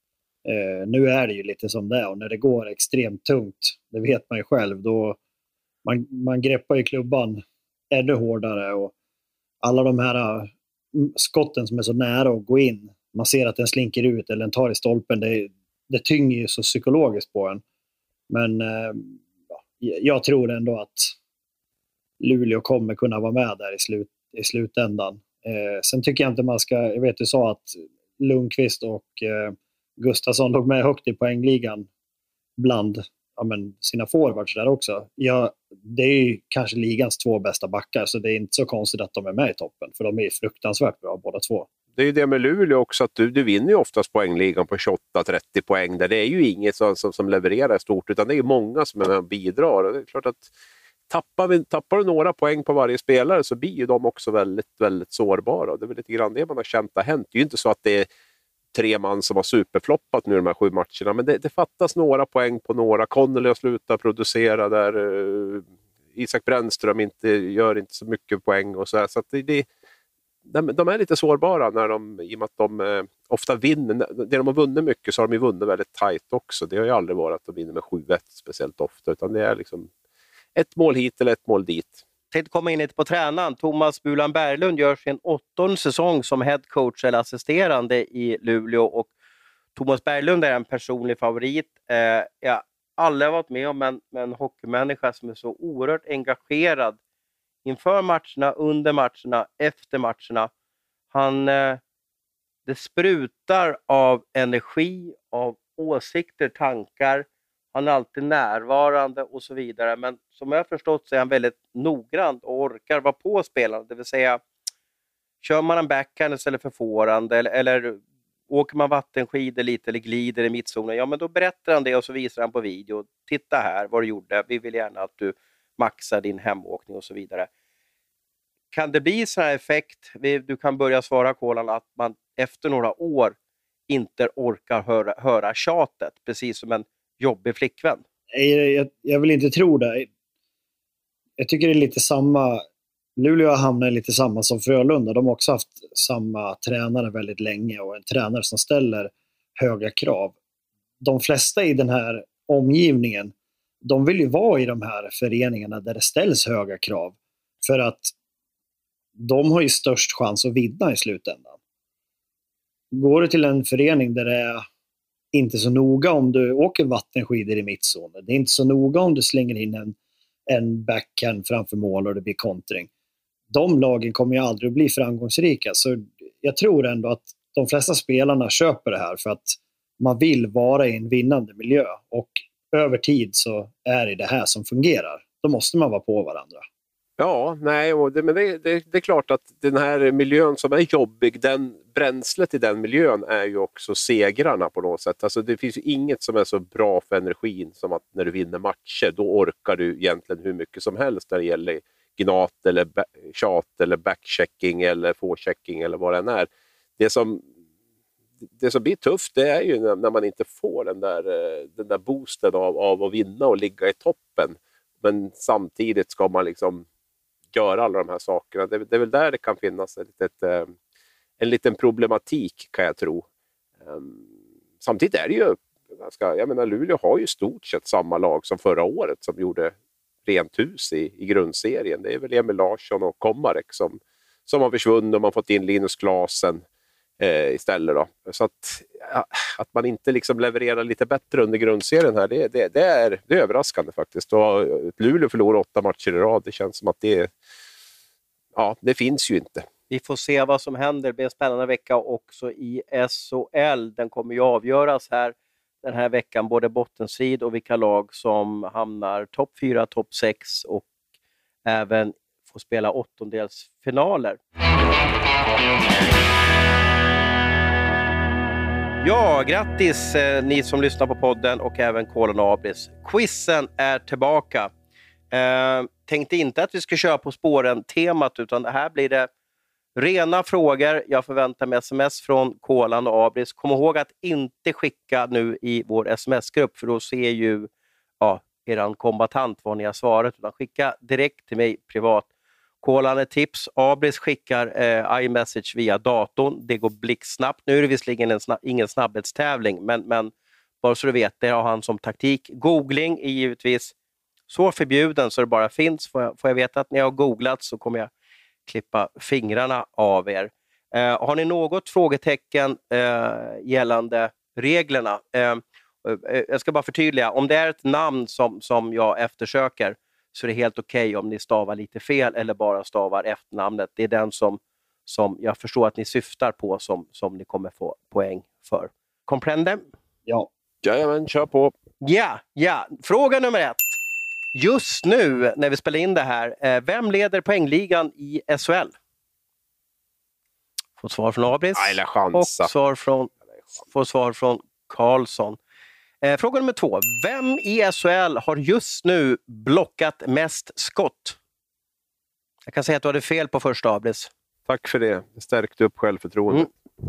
Nu är det ju lite som det är, och när det går extremt tungt, det vet man ju själv, då man greppar ju klubban ännu hårdare, och alla de här skotten som är så nära att gå in, man ser att den slinker ut eller den tar i stolpen, det tynger ju så psykologiskt på en. Men jag tror ändå att Luleå kommer kunna vara med där i slutändan. Sen tycker jag inte man ska, jag vet du sa att Lundqvist och Gustafsson låg med högt i poängligan bland sina forwards där också. Det är ju kanske ligans 2 bästa backar, så det är inte så konstigt att de är med i toppen, för de är fruktansvärt bra båda 2. Det är ju det med Luleå också, att du vinner ju oftast poängligan på 28-30 poäng där. Det är ju inget som levererar stort, utan det är ju många som är med och bidrar. Och det är klart att tappar du några poäng på varje spelare, så blir ju de också väldigt, väldigt sårbara. Det är väl lite grann det man har känt har hänt. Det är ju inte så att det är 3 man som har superfloppat nu de här 7 matcherna, men det fattas några poäng på några. Connolly har slutat producera där, Isak Brännström gör inte så mycket poäng och så här. Så att de är lite sårbara i och med att de ofta vinner. Det de har vunnit mycket, så har de ju vunnit väldigt tajt också. Det har ju aldrig varit att de vinner med 7-1 speciellt ofta, utan det är liksom 1 mål hit eller 1 mål dit. Jag tänkte komma in lite på tränaren. Thomas Bulan Berglund gör sin 8:e säsong som headcoach eller assisterande i Luleå, och Thomas Berglund är en personlig favorit. Jag har aldrig varit med om en hockeymänniska som är så oerhört engagerad inför matcherna, under matcherna, efter matcherna. Det sprutar av energi, av åsikter, tankar. Han är alltid närvarande och så vidare. Men som jag har förstått så är han väldigt noggrann och orkar vara på spelarna. Det vill säga, kör man en backhand istället för forehand, eller åker man vattenskidor lite eller glider i mittzonen, ja men då berättar han det och så visar han på video. Titta här vad du gjorde. Vi vill gärna att du maxar din hemåkning och så vidare. Kan det bli sån här effekt, du kan börja svara Kolan, att man efter några år inte orkar höra tjatet, precis som en jobbig flickvän? Jag vill inte tro det. Jag tycker det är lite samma. Luleå har hamnat lite samma som Frölunda. De har också haft samma tränare väldigt länge, och en tränare som ställer höga krav. De flesta i den här omgivningen, de vill ju vara i de här föreningarna där det ställs höga krav, för att de har ju störst chans att vinna i slutändan. Går du till en förening där det är inte så noga om du åker vattenskidor i mittzonen, det är inte så noga om du slänger in en backhand framför mål och det blir kontring. De lagen kommer ju aldrig att bli framgångsrika, så jag tror ändå att de flesta spelarna köper det här, för att man vill vara i en vinnande miljö. Och över tid så är det här som fungerar. Då måste man vara på varandra. Ja, nej, men det är klart att den här miljön som är jobbig, bränslet i den miljön är ju också segrarna på något sätt. Alltså det finns ju inget som är så bra för energin som att när du vinner matcher, då orkar du egentligen hur mycket som helst när det gäller gnat eller tjat eller backchecking eller forechecking eller vad det än är. Det som blir tufft, det är ju när man inte får den där boosten av att vinna och ligga i toppen. Men samtidigt ska man liksom göra alla de här sakerna. Det är väl där det kan finnas en liten problematik, kan jag tro. Samtidigt är det ju jag menar, Luleå har ju stort sett samma lag som förra året som gjorde rent hus i grundserien. Det är väl Emil Larsson och Komarek som har försvunnit, och man fått in Linus Klasen istället då. Så att man inte liksom levererar lite bättre under grundserien här, det är överraskande faktiskt. Och Luleå förlorar 8 matcher i rad. Det känns som att det finns ju inte. Vi får se vad som händer. Det blir en spännande vecka också i SHL. Den kommer ju avgöras här den här veckan, både bottensid och vilka lag som hamnar topp 4, topp 6 och även får spela åttondelsfinaler. Ja, grattis ni som lyssnar på podden och även Kolan och Abris. Quizen är tillbaka. Tänkte inte att vi ska köra På spåren-temat, utan det här blir det rena frågor. Jag förväntar mig sms från Kolan och Abris. Kom ihåg att inte skicka nu i vår sms-grupp, för då ser ju eran kombatant vad ni har svarat. Utan skicka direkt till mig privat. Kolan är tips. Abris skickar iMessage via datorn. Det går blixtsnabbt. Nu är det visserligen ingen snabbhetstävling, men bara så du vet, det har han som taktik. Googling är givetvis så förbjuden så det bara finns. Får jag veta att ni har googlat så kommer jag klippa fingrarna av er. Har ni något frågetecken gällande reglerna? Jag ska bara förtydliga. Om det är ett namn som jag eftersöker, så är det helt okej om ni stavar lite fel eller bara stavar efternamnet. Det är den som jag förstår att ni syftar på som ni kommer få poäng för. Comprende? Ja. Jajamän, kör på. Ja. Fråga nummer 1. Just nu när vi spelar in det här, vem leder poängligan i SHL? Får svar från Abris och får svar från Karlsson. Fråga nummer 2. Vem i SHL har just nu blockat mest skott? Jag kan säga att du hade fel på första, Abris. Tack för det. Det stärkte upp självförtroendet.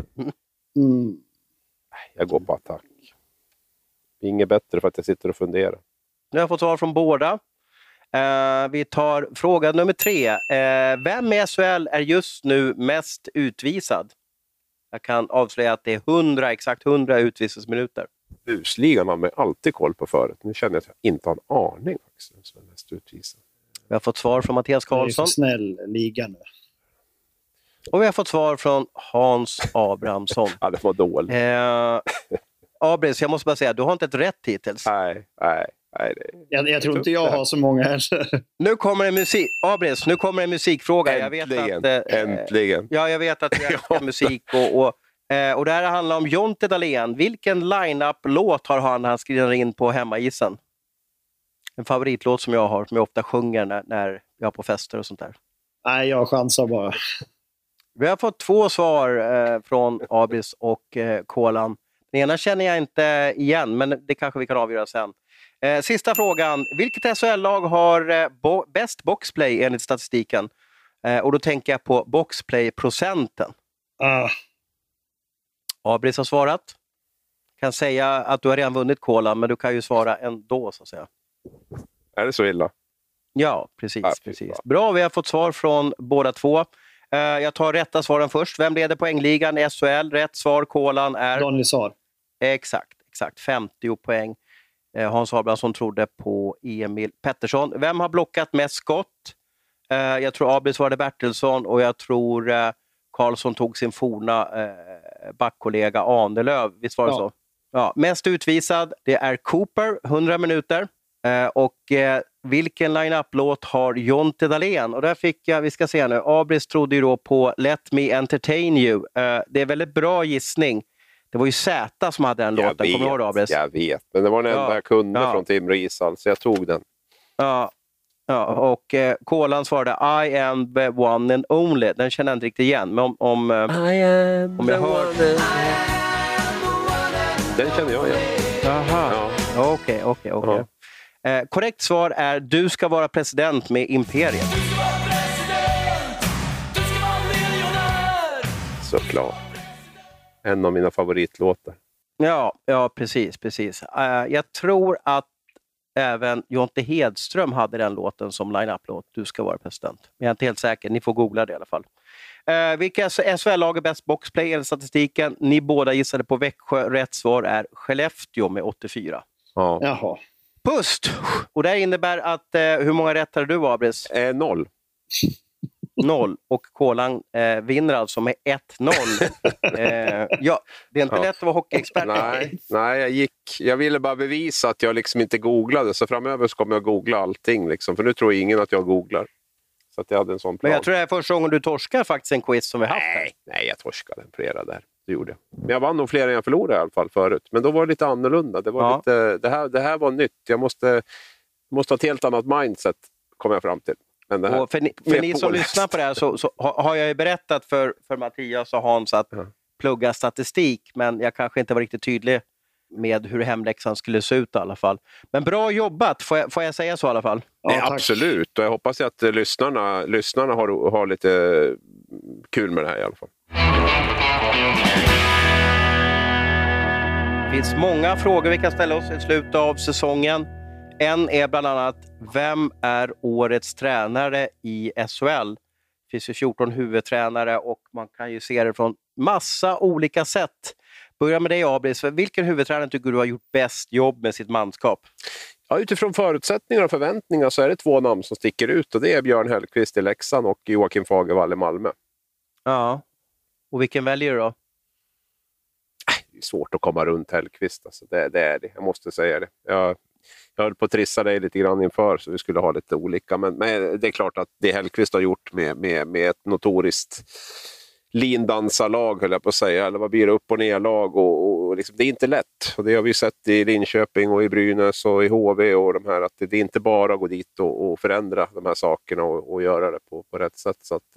Jag går på attack. Inget bättre för att jag sitter och funderar. Nu har jag fått svar från båda. Vi tar fråga nummer 3. Vem i SHL är just nu mest utvisad? Jag kan avslöja att det är exakt 100 utvisningsminuter. Busligan har man alltid koll på förut. Nu känner jag att jag inte har en aning också, som är mest utvisad. Vi har fått svar från Mattias Karlsson. Det är så snäll liga nu. Och vi har fått svar från Hans Abrahamsson. Ja, det var dåligt. Abris, jag måste bara säga, du har inte ett rätt hittills. Nej. Jag tror inte jag har så många här. Nu kommer en Abris, nu kommer en musikfråga. Äntligen. Ja, jag vet att du älskar musik och det här handlar om Jonte Dahlén. Vilken line-up-låt har han skriver in på hemmaisen? En favoritlåt som jag har, som jag ofta sjunger när jag är på fester och sånt där. Nej, jag chansar bara. Vi har fått 2 svar från Abris och Kolan. Den ena känner jag inte igen, men det kanske vi kan avgöra sen. Sista frågan. Vilket SHL-lag har bäst boxplay enligt statistiken? Och då tänker jag på boxplay-procenten. Abris har svarat. Kan säga att du har redan vunnit Kolan, men du kan ju svara ändå, så att säga. Är det så illa? Ja, precis. Bra, vi har fått svar från båda 2. Jag tar rätta svaren först. Vem leder poängligan i SHL? Rätt svar, Kolan, är... Daniel Saar. Exakt. 50 poäng. Hans Abrahamsson trodde på Emil Pettersson. Vem har blockat mest skott? Jag tror Abris var det Bertilsson och jag tror Karlsson tog sin forna backkollega Ahnelöv. Visst var det så? Ja. Mest utvisad, det är Cooper, 100 minuter. Och vilken line-up-låt har Jonte Dahlén? Och där fick jag, vi ska se nu, Abris trodde ju då på Let Me Entertain You. Det är väldigt bra gissning. Det var ju Zäta som hade den låten, kommer du ihåg det, Abris? Jag vet, men det var den enda jag kunde från Tim Risal, så jag tog den. Ja, och Kolan svarade I am the one and only. Den känner jag inte riktigt igen, men om jag hör... Den känner jag igen. Jaha, okej. Korrekt svar är Du ska vara president med Imperiet. Såklart. En av mina favoritlåtar. Ja, precis. Jag tror att även Jonte Hedström hade den låten som line-up-låt. Du ska vara president. Men jag är inte helt säker. Ni får googla det i alla fall. Vilka SHL-lag är bäst boxplay enligt statistiken? Ni båda gissade på Växjö. Rätt svar är Skellefteå med 84. Ja. Jaha. Pust! Och det innebär att hur många rätt har du, Abris? 0. 0. Och Kolan vinner alltså med 1-0. Ja, det är inte lätt att vara hockeyexpert. Nej, jag ville bara bevisa att jag liksom inte googlade. Så framöver så kommer jag googla allting. Liksom, för nu tror ingen att jag googlar. Så att jag hade en sån plan. Men jag tror det är första gången du torskar faktiskt en quiz som vi haft här. Nej, jag torskade flera där. Det gjorde jag. Men jag vann nog fler än jag förlorade i alla fall förut. Men då var det lite annorlunda. Det var lite, det här var nytt. Jag måste ha ett helt annat mindset, kom jag fram till. Men det här, och för ni som lyssnar på det här så har jag ju berättat för Mattias och Hans att plugga statistik. Men jag kanske inte var riktigt tydlig med hur hemläxan skulle se ut i alla fall. Men bra jobbat, får jag säga så i alla fall? Ja, absolut, och jag hoppas att lyssnarna har lite kul med det här i alla fall. Det finns många frågor vi kan ställa oss i slutet av säsongen. En är bland annat, vem är årets tränare i SHL? Det finns ju 14 huvudtränare och man kan ju se det från massa olika sätt. Börja med dig, Abris. Vilken huvudtränare tycker du har gjort bäst jobb med sitt manskap? Ja, utifrån förutsättningar och förväntningar så är det 2 namn som sticker ut. Och det är Björn Hellkvist i Leksand och Joakim Fagervall i Malmö. Ja. Och vilken väljer du då? Det är svårt att komma runt Hellkvist. Alltså. Det är det. Jag måste säga det. Jag höll på att trissa dig lite grann inför så vi skulle ha lite olika. Men det är klart att det Hellkvist har gjort med ett notoriskt lindansarlag, höll jag på att säga, eller vad blir det, upp- och nerlag och liksom, det är inte lätt, och det har vi sett i Linköping och i Brynäs och i HV och de här, att det är inte bara att gå dit och förändra de här sakerna och göra det på rätt sätt, så att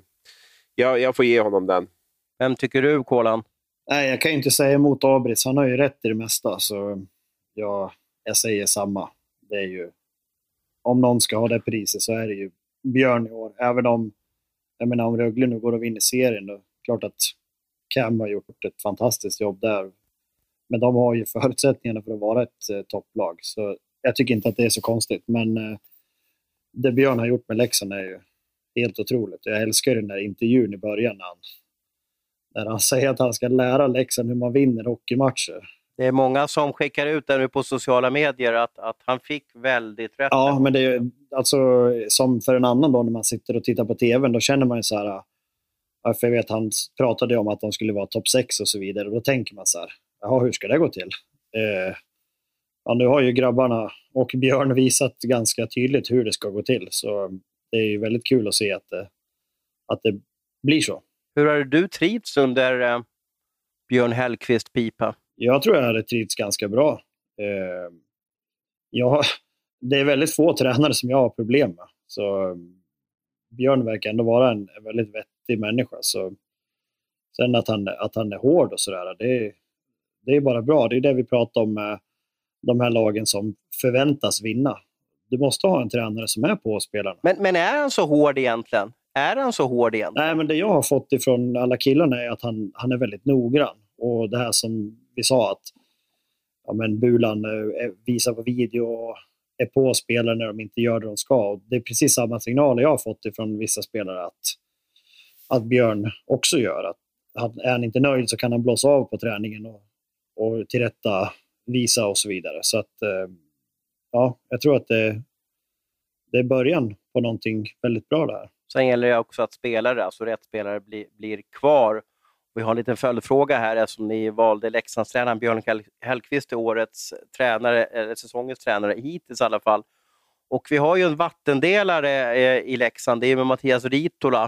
jag får ge honom den. Vem tycker du, Kolan? Nej, jag kan ju inte säga emot Abris, han har ju rätt i det mesta, så jag säger samma. Det är ju, om någon ska ha det priset så är det ju Björn i år, även om jag menar, om Rögle nu går och vinner serien, då klart att Cam har gjort ett fantastiskt jobb där. Men de har ju förutsättningarna för att vara ett topplag. Så jag tycker inte att det är så konstigt. Men det Björn har gjort med Leksand är ju helt otroligt. Jag älskar den där intervjun i början när han säger att han ska lära Leksand hur man vinner hockeymatcher. Det är många som skickar ut det nu på sociala medier att han fick väldigt rätt. Ja, men det är alltså som för en annan då när man sitter och tittar på tvn, då känner man ju så här, för jag vet han pratade om att de skulle vara topp 6 och så vidare, och då tänker man så här, jaha, hur ska det gå till? Nu har ju grabbarna och Björn visat ganska tydligt hur det ska gå till, så det är ju väldigt kul att se att det blir så. Hur har du trivts under Björn Hellkvist pipa? Jag tror jag hade trivts ganska bra. Det är väldigt få tränare som jag har problem med. Så Björn verkar ändå vara en väldigt vettig människa. Så, sen att han är hård och sådär, det är bara bra. Det är det vi pratar om med de här lagen som förväntas vinna. Du måste ha en tränare som är på spelarna. Men är han så hård egentligen? Nej, men det jag har fått ifrån alla killarna är att han är väldigt noggrann. Och det här som vi sa, att Bulan visar på video och är på spelare när de inte gör det de ska. Och det är precis samma signaler jag har fått ifrån vissa spelare att Björn också gör. Att är han inte nöjd så kan han blåsa av på träningen och tillrätta visa och så vidare. Så att jag tror att det är början på någonting väldigt bra där. Sen gäller det också att spelare, alltså rätt spelare blir kvar. Vi har en liten följdfråga här eftersom ni valde Leksandstränaren Björn Hellkvist till årets tränare, eller säsongens tränare hittills i alla fall. Och vi har ju en vattendelare i Leksand, det är med Mattias Ritola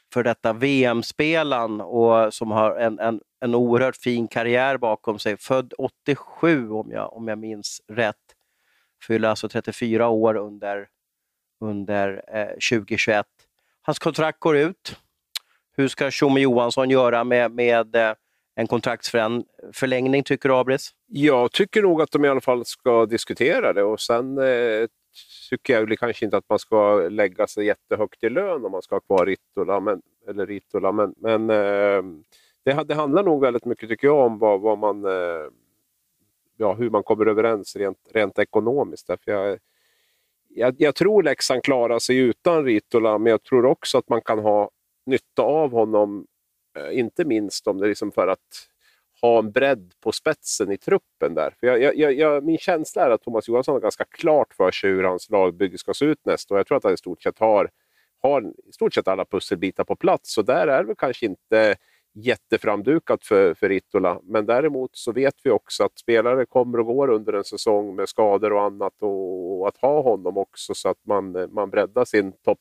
för detta VM-spelan och som har en oerhört fin karriär bakom sig. Född 87 om jag minns rätt. Fyller alltså 34 år under 2021. Hans kontrakt går ut. Hur ska Tjomme Johansson göra med en kontraktsförlängning, tycker du, Abris? Jag tycker nog att de i alla fall ska diskutera det, och sen tycker jag kanske inte att man ska lägga sig jättehögt i lön om man ska ha kvar Ritola, men det handlar nog väldigt mycket, tycker jag, om vad man, hur man kommer överens rent ekonomiskt. Därför jag tror Leksand klarar sig utan Ritola, men jag tror också att man kan ha nytta av honom, inte minst om det liksom för att ha en bredd på spetsen i truppen där. För min känsla är att Thomas Johansson har ganska klart för sig hur hans lagbygge ska se ut nästa, och jag tror att han i stort sett har i stort sett alla pusselbitar på plats, så där är det väl kanske inte jätteframdukat för Ritola, men däremot så vet vi också att spelare kommer och går under en säsong med skador och annat, och att ha honom också så att man breddar sin topp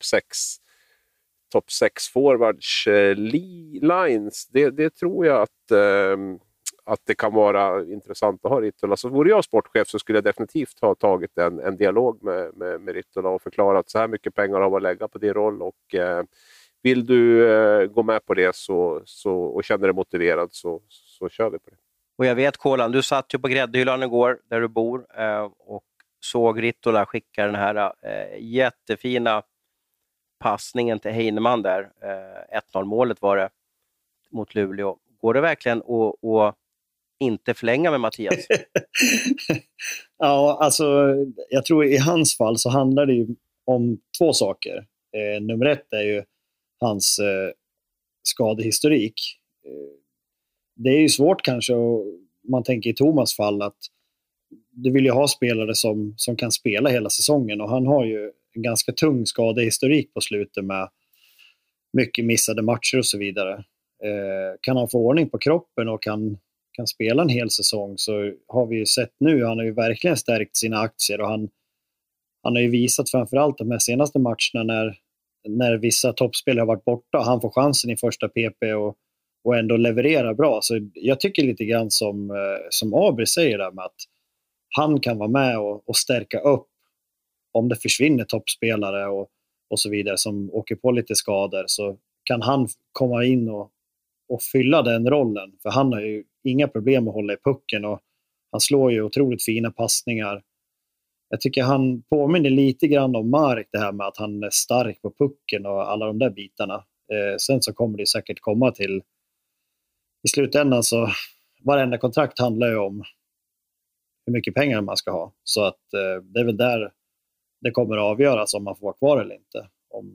6 forwards lines, det tror jag att det kan vara intressant att ha Ritola. Så vore jag sportchef så skulle jag definitivt ha tagit en dialog med Ritola och förklarat så här mycket pengar har att lägga på din roll, och vill du gå med på det och känner dig motiverad så kör vi på det. Och jag vet, Kolan, du satt ju på gräddhyllan igår där du bor och såg Ritola skicka den här jättefina passningen till Heinemann där. 1-0 målet var det mot Luleå. Går det verkligen att inte förlänga med Mattias? Ja, alltså jag tror i hans fall så handlar det ju om två saker. Nummer 1 är ju hans skadehistorik. Det är ju svårt kanske, och man tänker i Thomas fall att du vill ju ha spelare som kan spela hela säsongen, och han har ju en ganska tung skadehistorik på slutet med mycket missade matcher och så vidare. Kan han få ordning på kroppen och kan spela en hel säsong, så har vi ju sett nu, han har ju verkligen stärkt sina aktier, och han har ju visat framförallt de här senaste matcherna när vissa toppspelare har varit borta och han får chansen i första PP och ändå leverera bra. Så jag tycker lite grann som Abri säger där, med att han kan vara med och stärka upp om det försvinner toppspelare och så vidare som åker på lite skador, så kan han komma in och fylla den rollen. För han har ju inga problem att hålla i pucken, och han slår ju otroligt fina passningar. Jag tycker han påminner lite grann om Mark, det här med att han är stark på pucken och alla de där bitarna. Sen så kommer det säkert komma till i slutändan, så varenda kontrakt handlar ju om hur mycket pengar man ska ha. Så att det är väl där det kommer att avgöras om man får vara kvar eller inte.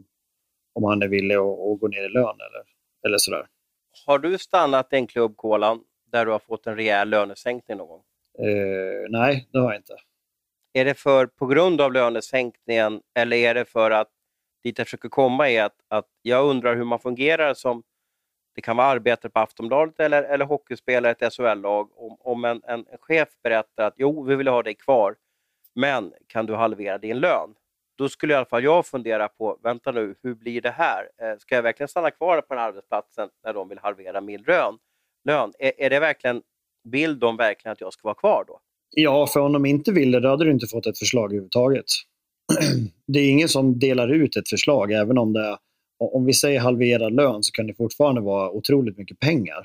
Om han är villig att gå ner i lön eller sådär. Har du stannat i en klubb, Kolan, där du har fått en rejäl lönesänkning någon gång? Nej, det har jag inte. Är det på grund av lönesänkningen, eller är det för att dit jag försöker komma är att jag undrar hur man fungerar som, det kan vara arbetare på Aftonbladet eller hockeyspelare i ett SHL-lag, om en chef berättar att jo, vi vill ha dig kvar, men kan du halvera din lön? Då skulle i alla fall jag fundera på, vänta nu, hur blir det här? Ska jag verkligen stanna kvar på den arbetsplatsen när de vill halvera min lön? Är det verkligen, vill de verkligen att jag ska vara kvar då? Ja, för om de inte ville, då hade du inte fått ett förslag överhuvudtaget. Det är ingen som delar ut ett förslag, även om vi säger halverad lön, så kan det fortfarande vara otroligt mycket pengar.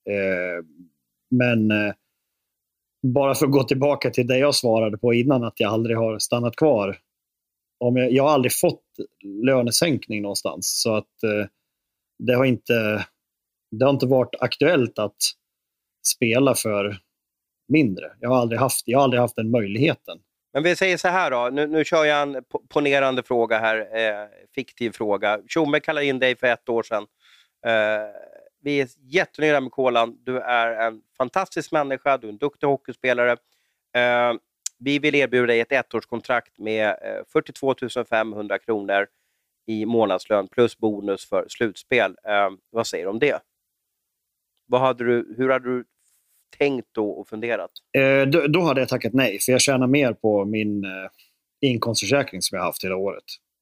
Men bara för att gå tillbaka till det jag svarade på innan, att jag aldrig har stannat kvar. Jag har aldrig fått lönesänkning någonstans, så att det har inte varit aktuellt att spela för mindre. Jag har aldrig haft den möjligheten. Men vi säger så här då, nu kör jag en ponerande fråga här, fiktiv fråga. Tjomme kallade in dig för 1 år sedan. Vi är jättenöjda med Kolan. Du är en fantastisk människa, du är en duktig hockeyspelare. Vi vill erbjuda dig ett 1-årskontrakt med 42 500 kronor i månadslön plus bonus för slutspel. Vad säger du om det? Hur hade du tänkt då och funderat? Då hade jag tackat nej, för jag tjänar mer på min inkomstförsäkring som jag har haft hela året.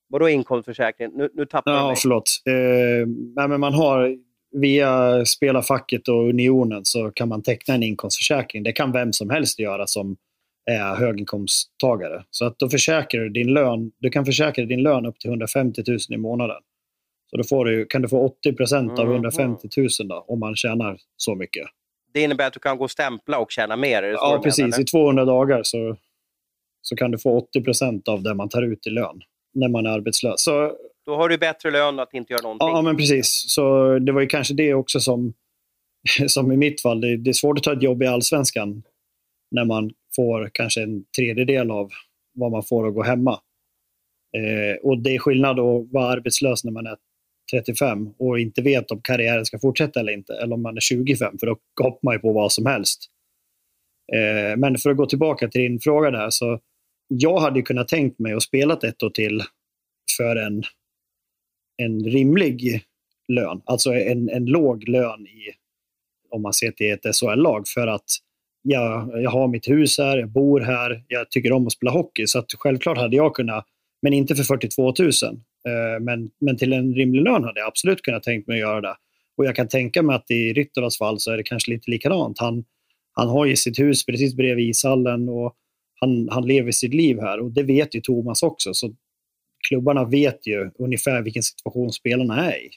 Vadå inkomstförsäkring? Nu tappar jag mig. Förlåt. Men man har via spelarfacket och unionen så kan man teckna en inkomstförsäkring. Det kan vem som helst göra som är höginkomsttagare. Så att då försäkrar du din lön. Du kan försäkra din lön upp till 150 000 i månaden. Så då kan du få 80% av 150 000 då, om man tjänar så mycket. Det innebär att du kan gå och stämpla och tjäna mer? Är det så ja, precis. Menar, i 200 dagar så kan du få 80% av det man tar ut i lön när man är arbetslös. Så, då har du bättre lön att inte göra någonting. Ja, men precis. Så det var ju kanske det också som i mitt fall. Det är svårt att ta ett jobb i Allsvenskan när man får kanske en tredjedel av vad man får att gå hemma. Och det är skillnad att vara arbetslös när man är 35 och inte vet om karriären ska fortsätta eller inte. Eller om man är 25, för då hoppar man ju på vad som helst. Men för att gå tillbaka till din fråga där, så jag hade ju kunnat tänkt mig att spela ett år till för en rimlig lön. Alltså en låg lön om man ser till ett SHL-lag, för att jag har mitt hus här, jag bor här, jag tycker om att spela hockey. Så att självklart hade jag kunnat, men inte för 42 000. Men till en rimlig lön hade jag absolut kunnat tänkt mig att göra det. Och jag kan tänka mig att i Ryttolas fall så är det kanske lite likadant. Han har ju sitt hus precis bredvid ishallen och han lever sitt liv här. Och det vet ju Thomas också. Så klubbarna vet ju ungefär vilken situation spelarna är i.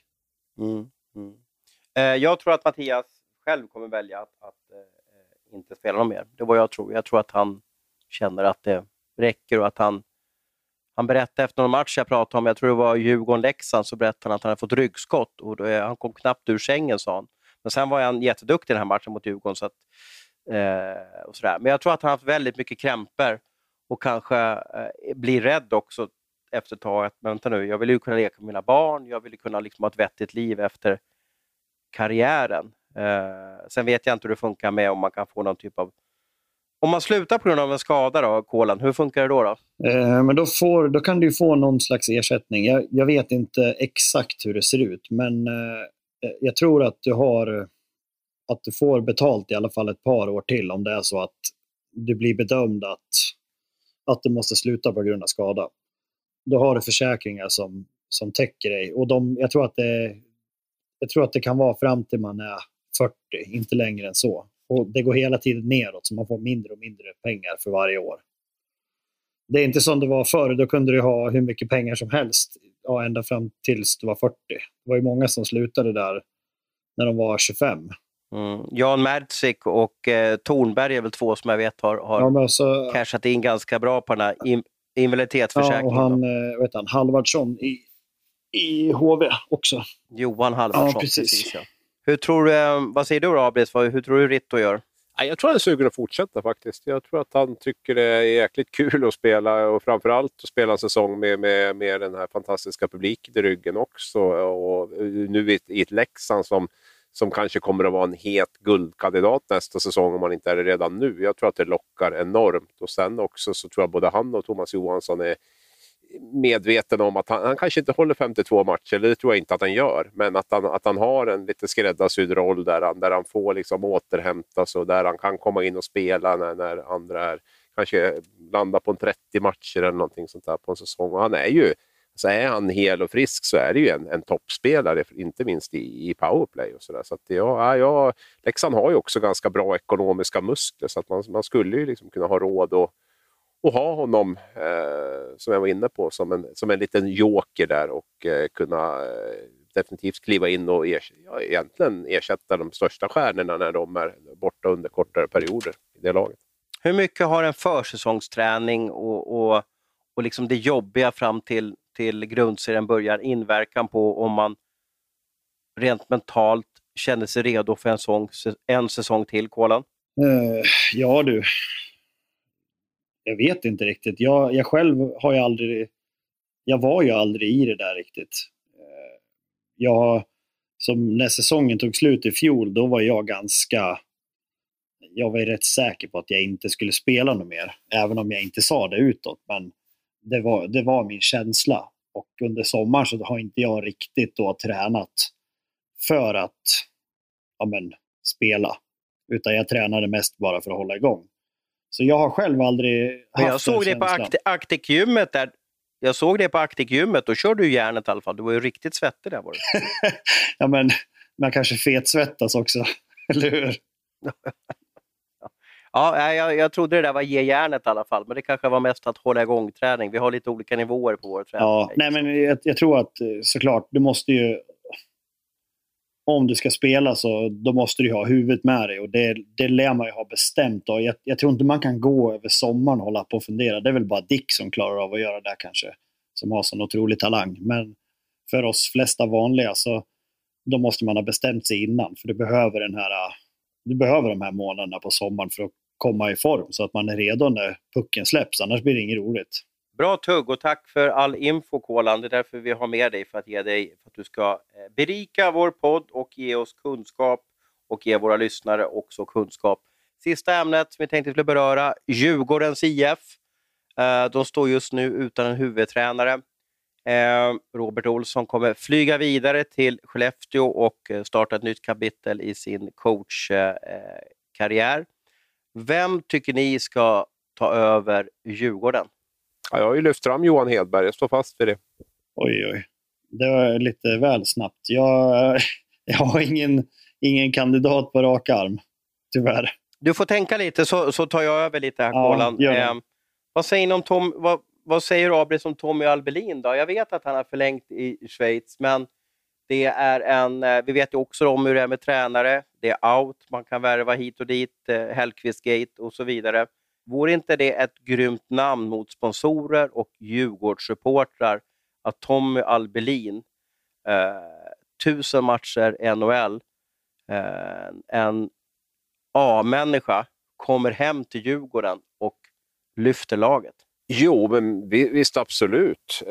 Jag tror att Mattias själv kommer välja att inte spela någon mer. Det var jag tror. Jag tror att han känner att det räcker och att han berättade efter någon match jag pratade om, jag tror det var Djurgården-Leksand, så berättade han att han hade fått ryggskott och han kom knappt ur sängen, sa han. Men sen var han jätteduktig i den här matchen mot Djurgården. Så att, och sådär. Men jag tror att han har haft väldigt mycket krämpor och kanske blir rädd också efter ett tag. Att, vänta nu, jag vill ju kunna leka med mina barn, jag vill ju kunna liksom ha ett vettigt liv efter karriären. Sen vet jag inte hur det funkar med om man kan få någon typ av... Om man slutar på grund av en skada då, Kolan, hur funkar det då? Men då kan du få någon slags ersättning. Jag vet inte exakt hur det ser ut, men jag tror att du får betalt i alla fall ett par år till om det är så att du blir bedömd att du måste sluta på grund av skada. Då har du försäkringar som täcker dig. Och jag tror att det kan vara fram till man är 40, inte längre än så. Och det går hela tiden neråt, så man får mindre och mindre pengar för varje år. Det är inte som det var förr, då kunde du ha hur mycket pengar som helst ända fram tills du var 40. Det var ju många som slutade där när de var 25. Jan Mertzik och Tornberg är väl två som jag vet har cashat in ganska bra på den här invaliditetsförsäkringen. Ja, och han Halvardsson i HV också. Johan Halvardsson, ja, precis. Ja. Hur tror du, vad säger du då, Abris? Hur tror du Ritto gör? Jag tror han är sugen att fortsätta faktiskt. Jag tror att han tycker det är jäkligt kul att spela, och framförallt att spela en säsong med den här fantastiska publiken i ryggen också. Och nu i ett Leksand som kanske kommer att vara en het guldkandidat nästa säsong om man inte är det redan nu. Jag tror att det lockar enormt. Och sen också så tror jag både han och Thomas Johansson är medveten om att han kanske inte håller 52 matcher, eller det tror jag inte att han gör, men att han har en lite skräddarsydd roll där han får liksom återhämta sig och där han kan komma in och spela när andra kanske landar på en 30 matcher eller någonting sånt där på en säsong. Och han är ju, så är han hel och frisk så är det ju en toppspelare, inte minst i powerplay och sådär. Så att Leksand har ju också ganska bra ekonomiska muskler, så att man skulle ju liksom kunna ha råd och ha honom, som jag var inne på, som en liten joker där och kunna definitivt kliva in och egentligen ersätta de största stjärnorna när de är borta under kortare perioder i det laget. Hur mycket har en försäsongsträning och liksom det jobbiga fram till grundserien börjar inverkan på om man rent mentalt känner sig redo för en säsong till, Kolan? Ja du. Jag vet inte riktigt. Jag själv har ju aldrig... Jag var ju aldrig i det där riktigt. När säsongen tog slut i fjol, då var jag var ju rätt säker på att jag inte skulle spela något mer. Även om jag inte sa det utåt. Men det var min känsla. Och under sommaren så har inte jag riktigt då tränat för att spela. Utan jag tränade mest bara för att hålla igång. Så jag har själv aldrig haft. Jag såg det på Actic-gymmet där. Jag såg det på Actic-gymmet, då körde du järnet i alla fall. Du var ju riktigt svettig där. Var du. Ja, men man kanske fetsvettas också, eller hur? Ja, jag trodde det där var ge järnet i alla fall, men det kanske var mest att hålla igång träning. Vi har lite olika nivåer på vår träning. Ja, nej, men jag tror att såklart, du måste ju, om du ska spela så då måste du ha huvudet med dig, och det lär man ju ha bestämt. Och jag tror inte man kan gå över sommaren och hålla på och fundera. Det är väl bara Dick som klarar av att göra det kanske, som har sån otrolig talang. Men för oss flesta vanliga så då måste man ha bestämt sig innan, för du behöver de här månaderna på sommaren för att komma i form så att man är redo när pucken släpps, annars blir det inget roligt. Bra tugg, och tack för all info, Kolan. Det är därför vi har med dig, för att du ska berika vår podd och ge oss kunskap och ge våra lyssnare också kunskap. Sista ämnet som vi tänkte skulle beröra, Djurgårdens IF. De står just nu utan en huvudtränare. Robert Olsson kommer flyga vidare till Skellefteå och starta ett nytt kapitel i sin coachkarriär. Vem tycker ni ska ta över Djurgården? Ja, jag har ju lyft fram Johan Hedberg, jag står fast för det. Oj. Det var lite väl snabbt. Jag har ingen kandidat på rak arm, tyvärr. Du får tänka lite, så tar jag över lite här, Kolan. Vad säger ni om vad säger Abris om Tommy Albelin då? Jag vet att han har förlängt i Schweiz, men det är vi vet ju också om hur det är med tränare. Det är out, man kan värva hit och dit, Hellqvist-gate och så vidare. Vore inte det ett grymt namn mot sponsorer och Djurgårdssupportrar att Tommy Albelin, 1000 matcher i NHL, en A-människa, kommer hem till Djurgården och lyfter laget? Jo, men visst, absolut.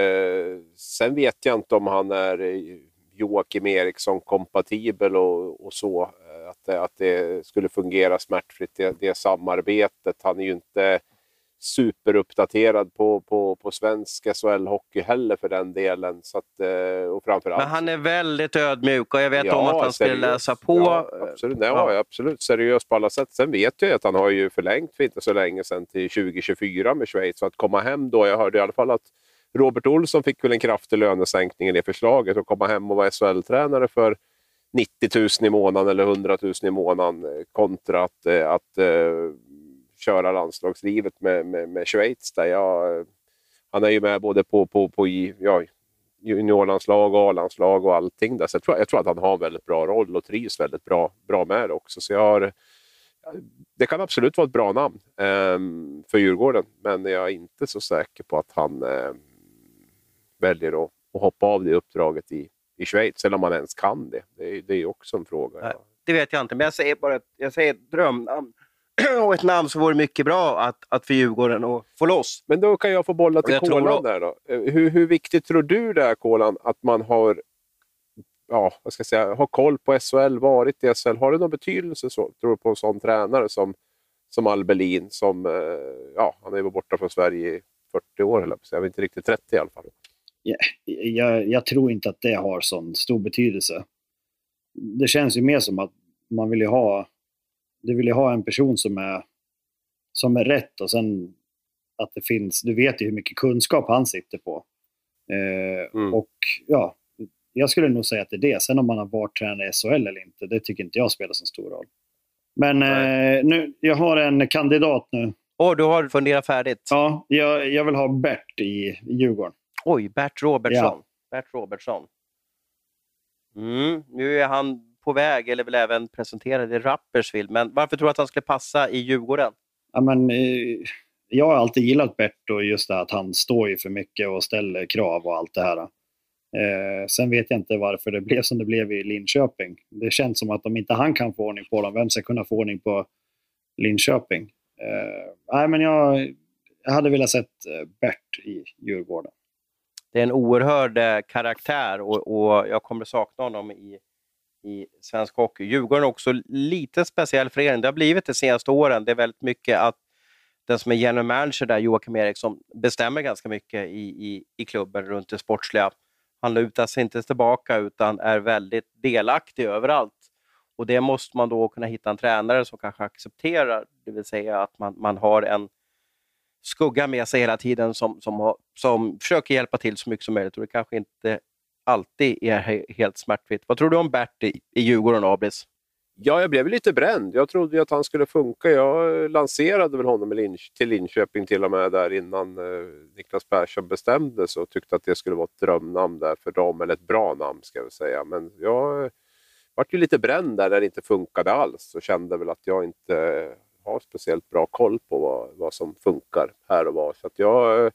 Sen vet jag inte om han är Joakim Eriksson kompatibel och så. Att det skulle fungera smärtfritt, det samarbetet. Han är ju inte superuppdaterad på svensk SHL-hockey heller för den delen. Så att, och framförallt... Men han är väldigt ödmjuk, och jag vet om att han skulle läsa på. Ja, absolut. Absolut seriöst på alla sätt. Sen vet jag att han har ju förlängt för inte så länge sedan till 2024 med Schweiz. Så att komma hem då, jag hörde i alla fall att Robert Olsson fick väl en kraftig lönesänkning i det förslaget, och komma hem och vara SHL-tränare för 90 000 i månaden eller 100 000 i månaden kontra att köra landslagslivet med Schweiz där. Han är ju med både på juniorlandslag och A-landslag och allting där. Så jag tror att han har en väldigt bra roll och trivs väldigt bra med det också. Så det kan absolut vara ett bra namn för Djurgården, men jag är inte så säker på att han väljer att hoppa av det uppdraget i Schweiz, eller om man ens kan det. Det är också en fråga. Nej, det vet jag inte, men jag säger ett drömnamn. Och ett namn som vore mycket bra att för Djurgården att få loss. Men då kan jag få bolla till Kolan där då. Hur viktigt tror du där, Kolan, att man har har koll på SHL, varit i SHL? Har det någon betydelse, tror du, på en sån tränare som Albelin, som han är ju borta från Sverige i 40 år, eller jag vet inte riktigt, 30 i alla fall. Jag tror inte att det har sån stor betydelse. Det känns ju mer som att man vill ju ha en person som är rätt, och sen att det finns, du vet ju hur mycket kunskap han sitter på. Och ja, jag skulle nog säga att det är det. Sen om man har varit tränare i SHL eller inte, det tycker inte jag spelar så stor roll. Men nu, jag har en kandidat nu. Du har funderat färdigt? Ja, jag vill ha Bert i Djurgården. Oj, Bert Robertsson. Ja. Bert Robertsson. Nu är han på väg, eller väl även presenterad i Rapperswil. Men varför tror du att han skulle passa i Djurgården? Ja, men jag har alltid gillat Bert, och just det att han står ju för mycket och ställer krav och allt det här. Sen vet jag inte varför det blev som det blev i Linköping. Det känns som att om inte han kan få ordning på dem, vem ska kunna få ordning på Linköping? Nej, men jag hade velat sett Bert i Djurgården. Det är en oerhörd karaktär, och jag kommer sakna honom i svensk hockey. Djurgården är också lite speciell förening. Det har blivit de senaste åren. Det är väldigt mycket att den som är general manager där, Joakim Eriksson, bestämmer ganska mycket i klubben runt det sportsliga. Han lutar sig inte tillbaka, utan är väldigt delaktig överallt. Och det måste man då kunna hitta en tränare som kanske accepterar. Det vill säga att man har en skugga med sig hela tiden som försöker hjälpa till så mycket som möjligt. Och det kanske inte alltid är helt smärtfritt. Vad tror du om Bert i Djurgården, Abris? Ja, jag blev lite bränd. Jag trodde att han skulle funka. Jag lanserade väl honom till Linköping till och med där innan Niklas Persson bestämdes och tyckte att det skulle vara ett drömnamn där för dem, eller ett bra namn ska jag säga. Men jag var ju lite bränd där det inte funkade alls och kände väl att jag inte har speciellt bra koll på vad som funkar här och var. Så att jag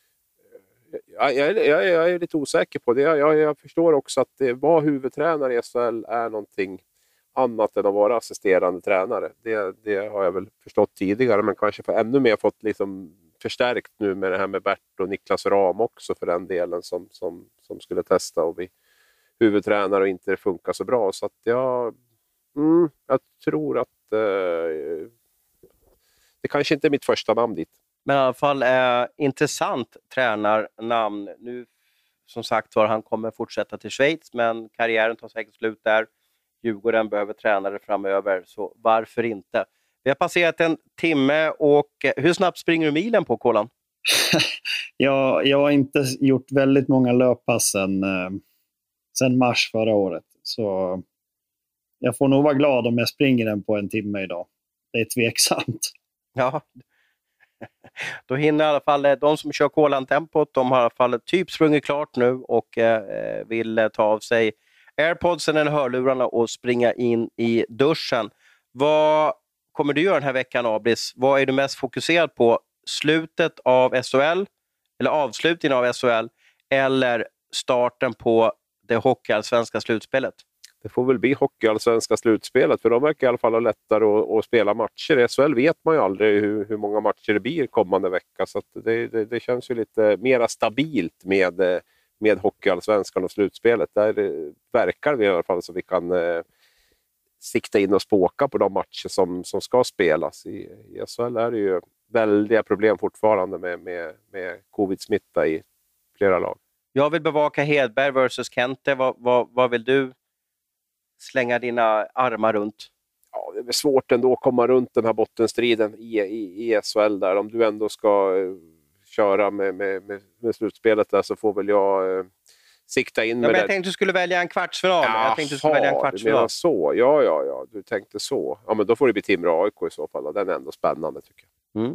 är lite osäker på det. Jag förstår också att det var huvudtränare i SHL är någonting annat än att vara assisterande tränare. Det har jag väl förstått tidigare, men kanske ännu mer fått liksom förstärkt nu med det här med Bert och Niklas Ram också för den delen som skulle testa och bli huvudtränare och inte funkar så bra. Så att jag tror att det kanske inte är mitt första namn dit. Men i alla fall intressant tränarnamn. Nu som sagt var, han kommer fortsätta till Schweiz, men karriären tar säkert slut där. Djurgården behöver tränare framöver, så varför inte? Vi har passerat en timme och hur snabbt springer du milen på, Kolan? Jag har inte gjort väldigt många löppass sen mars förra året. Så jag får nog vara glad om jag springer den på en timme idag. Det är tveksamt. Ja, då hinner i alla fall de som kör Kolan-tempot, de har i alla fall typ sprungit klart nu och vill ta av sig AirPodsen eller hörlurarna och springa in i duschen. Vad kommer du göra den här veckan, Abris? Vad är du mest fokuserad på? Slutet av SHL eller avslutningen av SHL eller starten på det hockeyallsvenska slutspelet? Det får väl bli hockeyallsvenska slutspelet, för de verkar i alla fall ha lättare att spela matcher. I SHL vet man ju aldrig hur många matcher det blir kommande vecka, så att det känns ju lite mer stabilt med hockeyallsvenskan och slutspelet. Där verkar vi i alla fall så vi kan sikta in och spåka på de matcher som ska spelas. I SHL är det ju väldiga problem fortfarande med covid-smitta i flera lag. Jag vill bevaka Hedberg versus Kente. Vad vill du slänga dina armar runt? Ja, det är svårt ändå att komma runt den här bottenstriden i SHL där. Om du ändå ska köra med slutspelet där, så får väl jag sikta in med det. Jag tänkte du skulle välja en kvartsfinal. Du menar så. Ja, du tänkte så. Ja, men då får det bli Timrå AIK i så fall. Och den är ändå spännande tycker jag.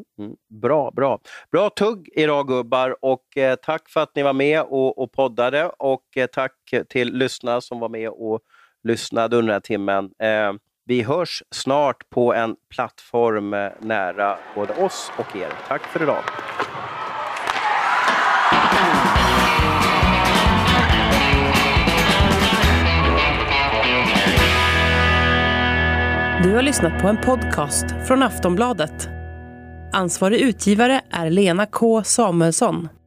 Bra tugg idag, gubbar, och tack för att ni var med och poddade, och tack till lyssnare som var med och lyssnade under den här timmen. Vi hörs snart på en plattform nära både oss och er. Tack för idag. Du har lyssnat på en podcast från Aftonbladet. Ansvarig utgivare är Lena K. Samuelsson.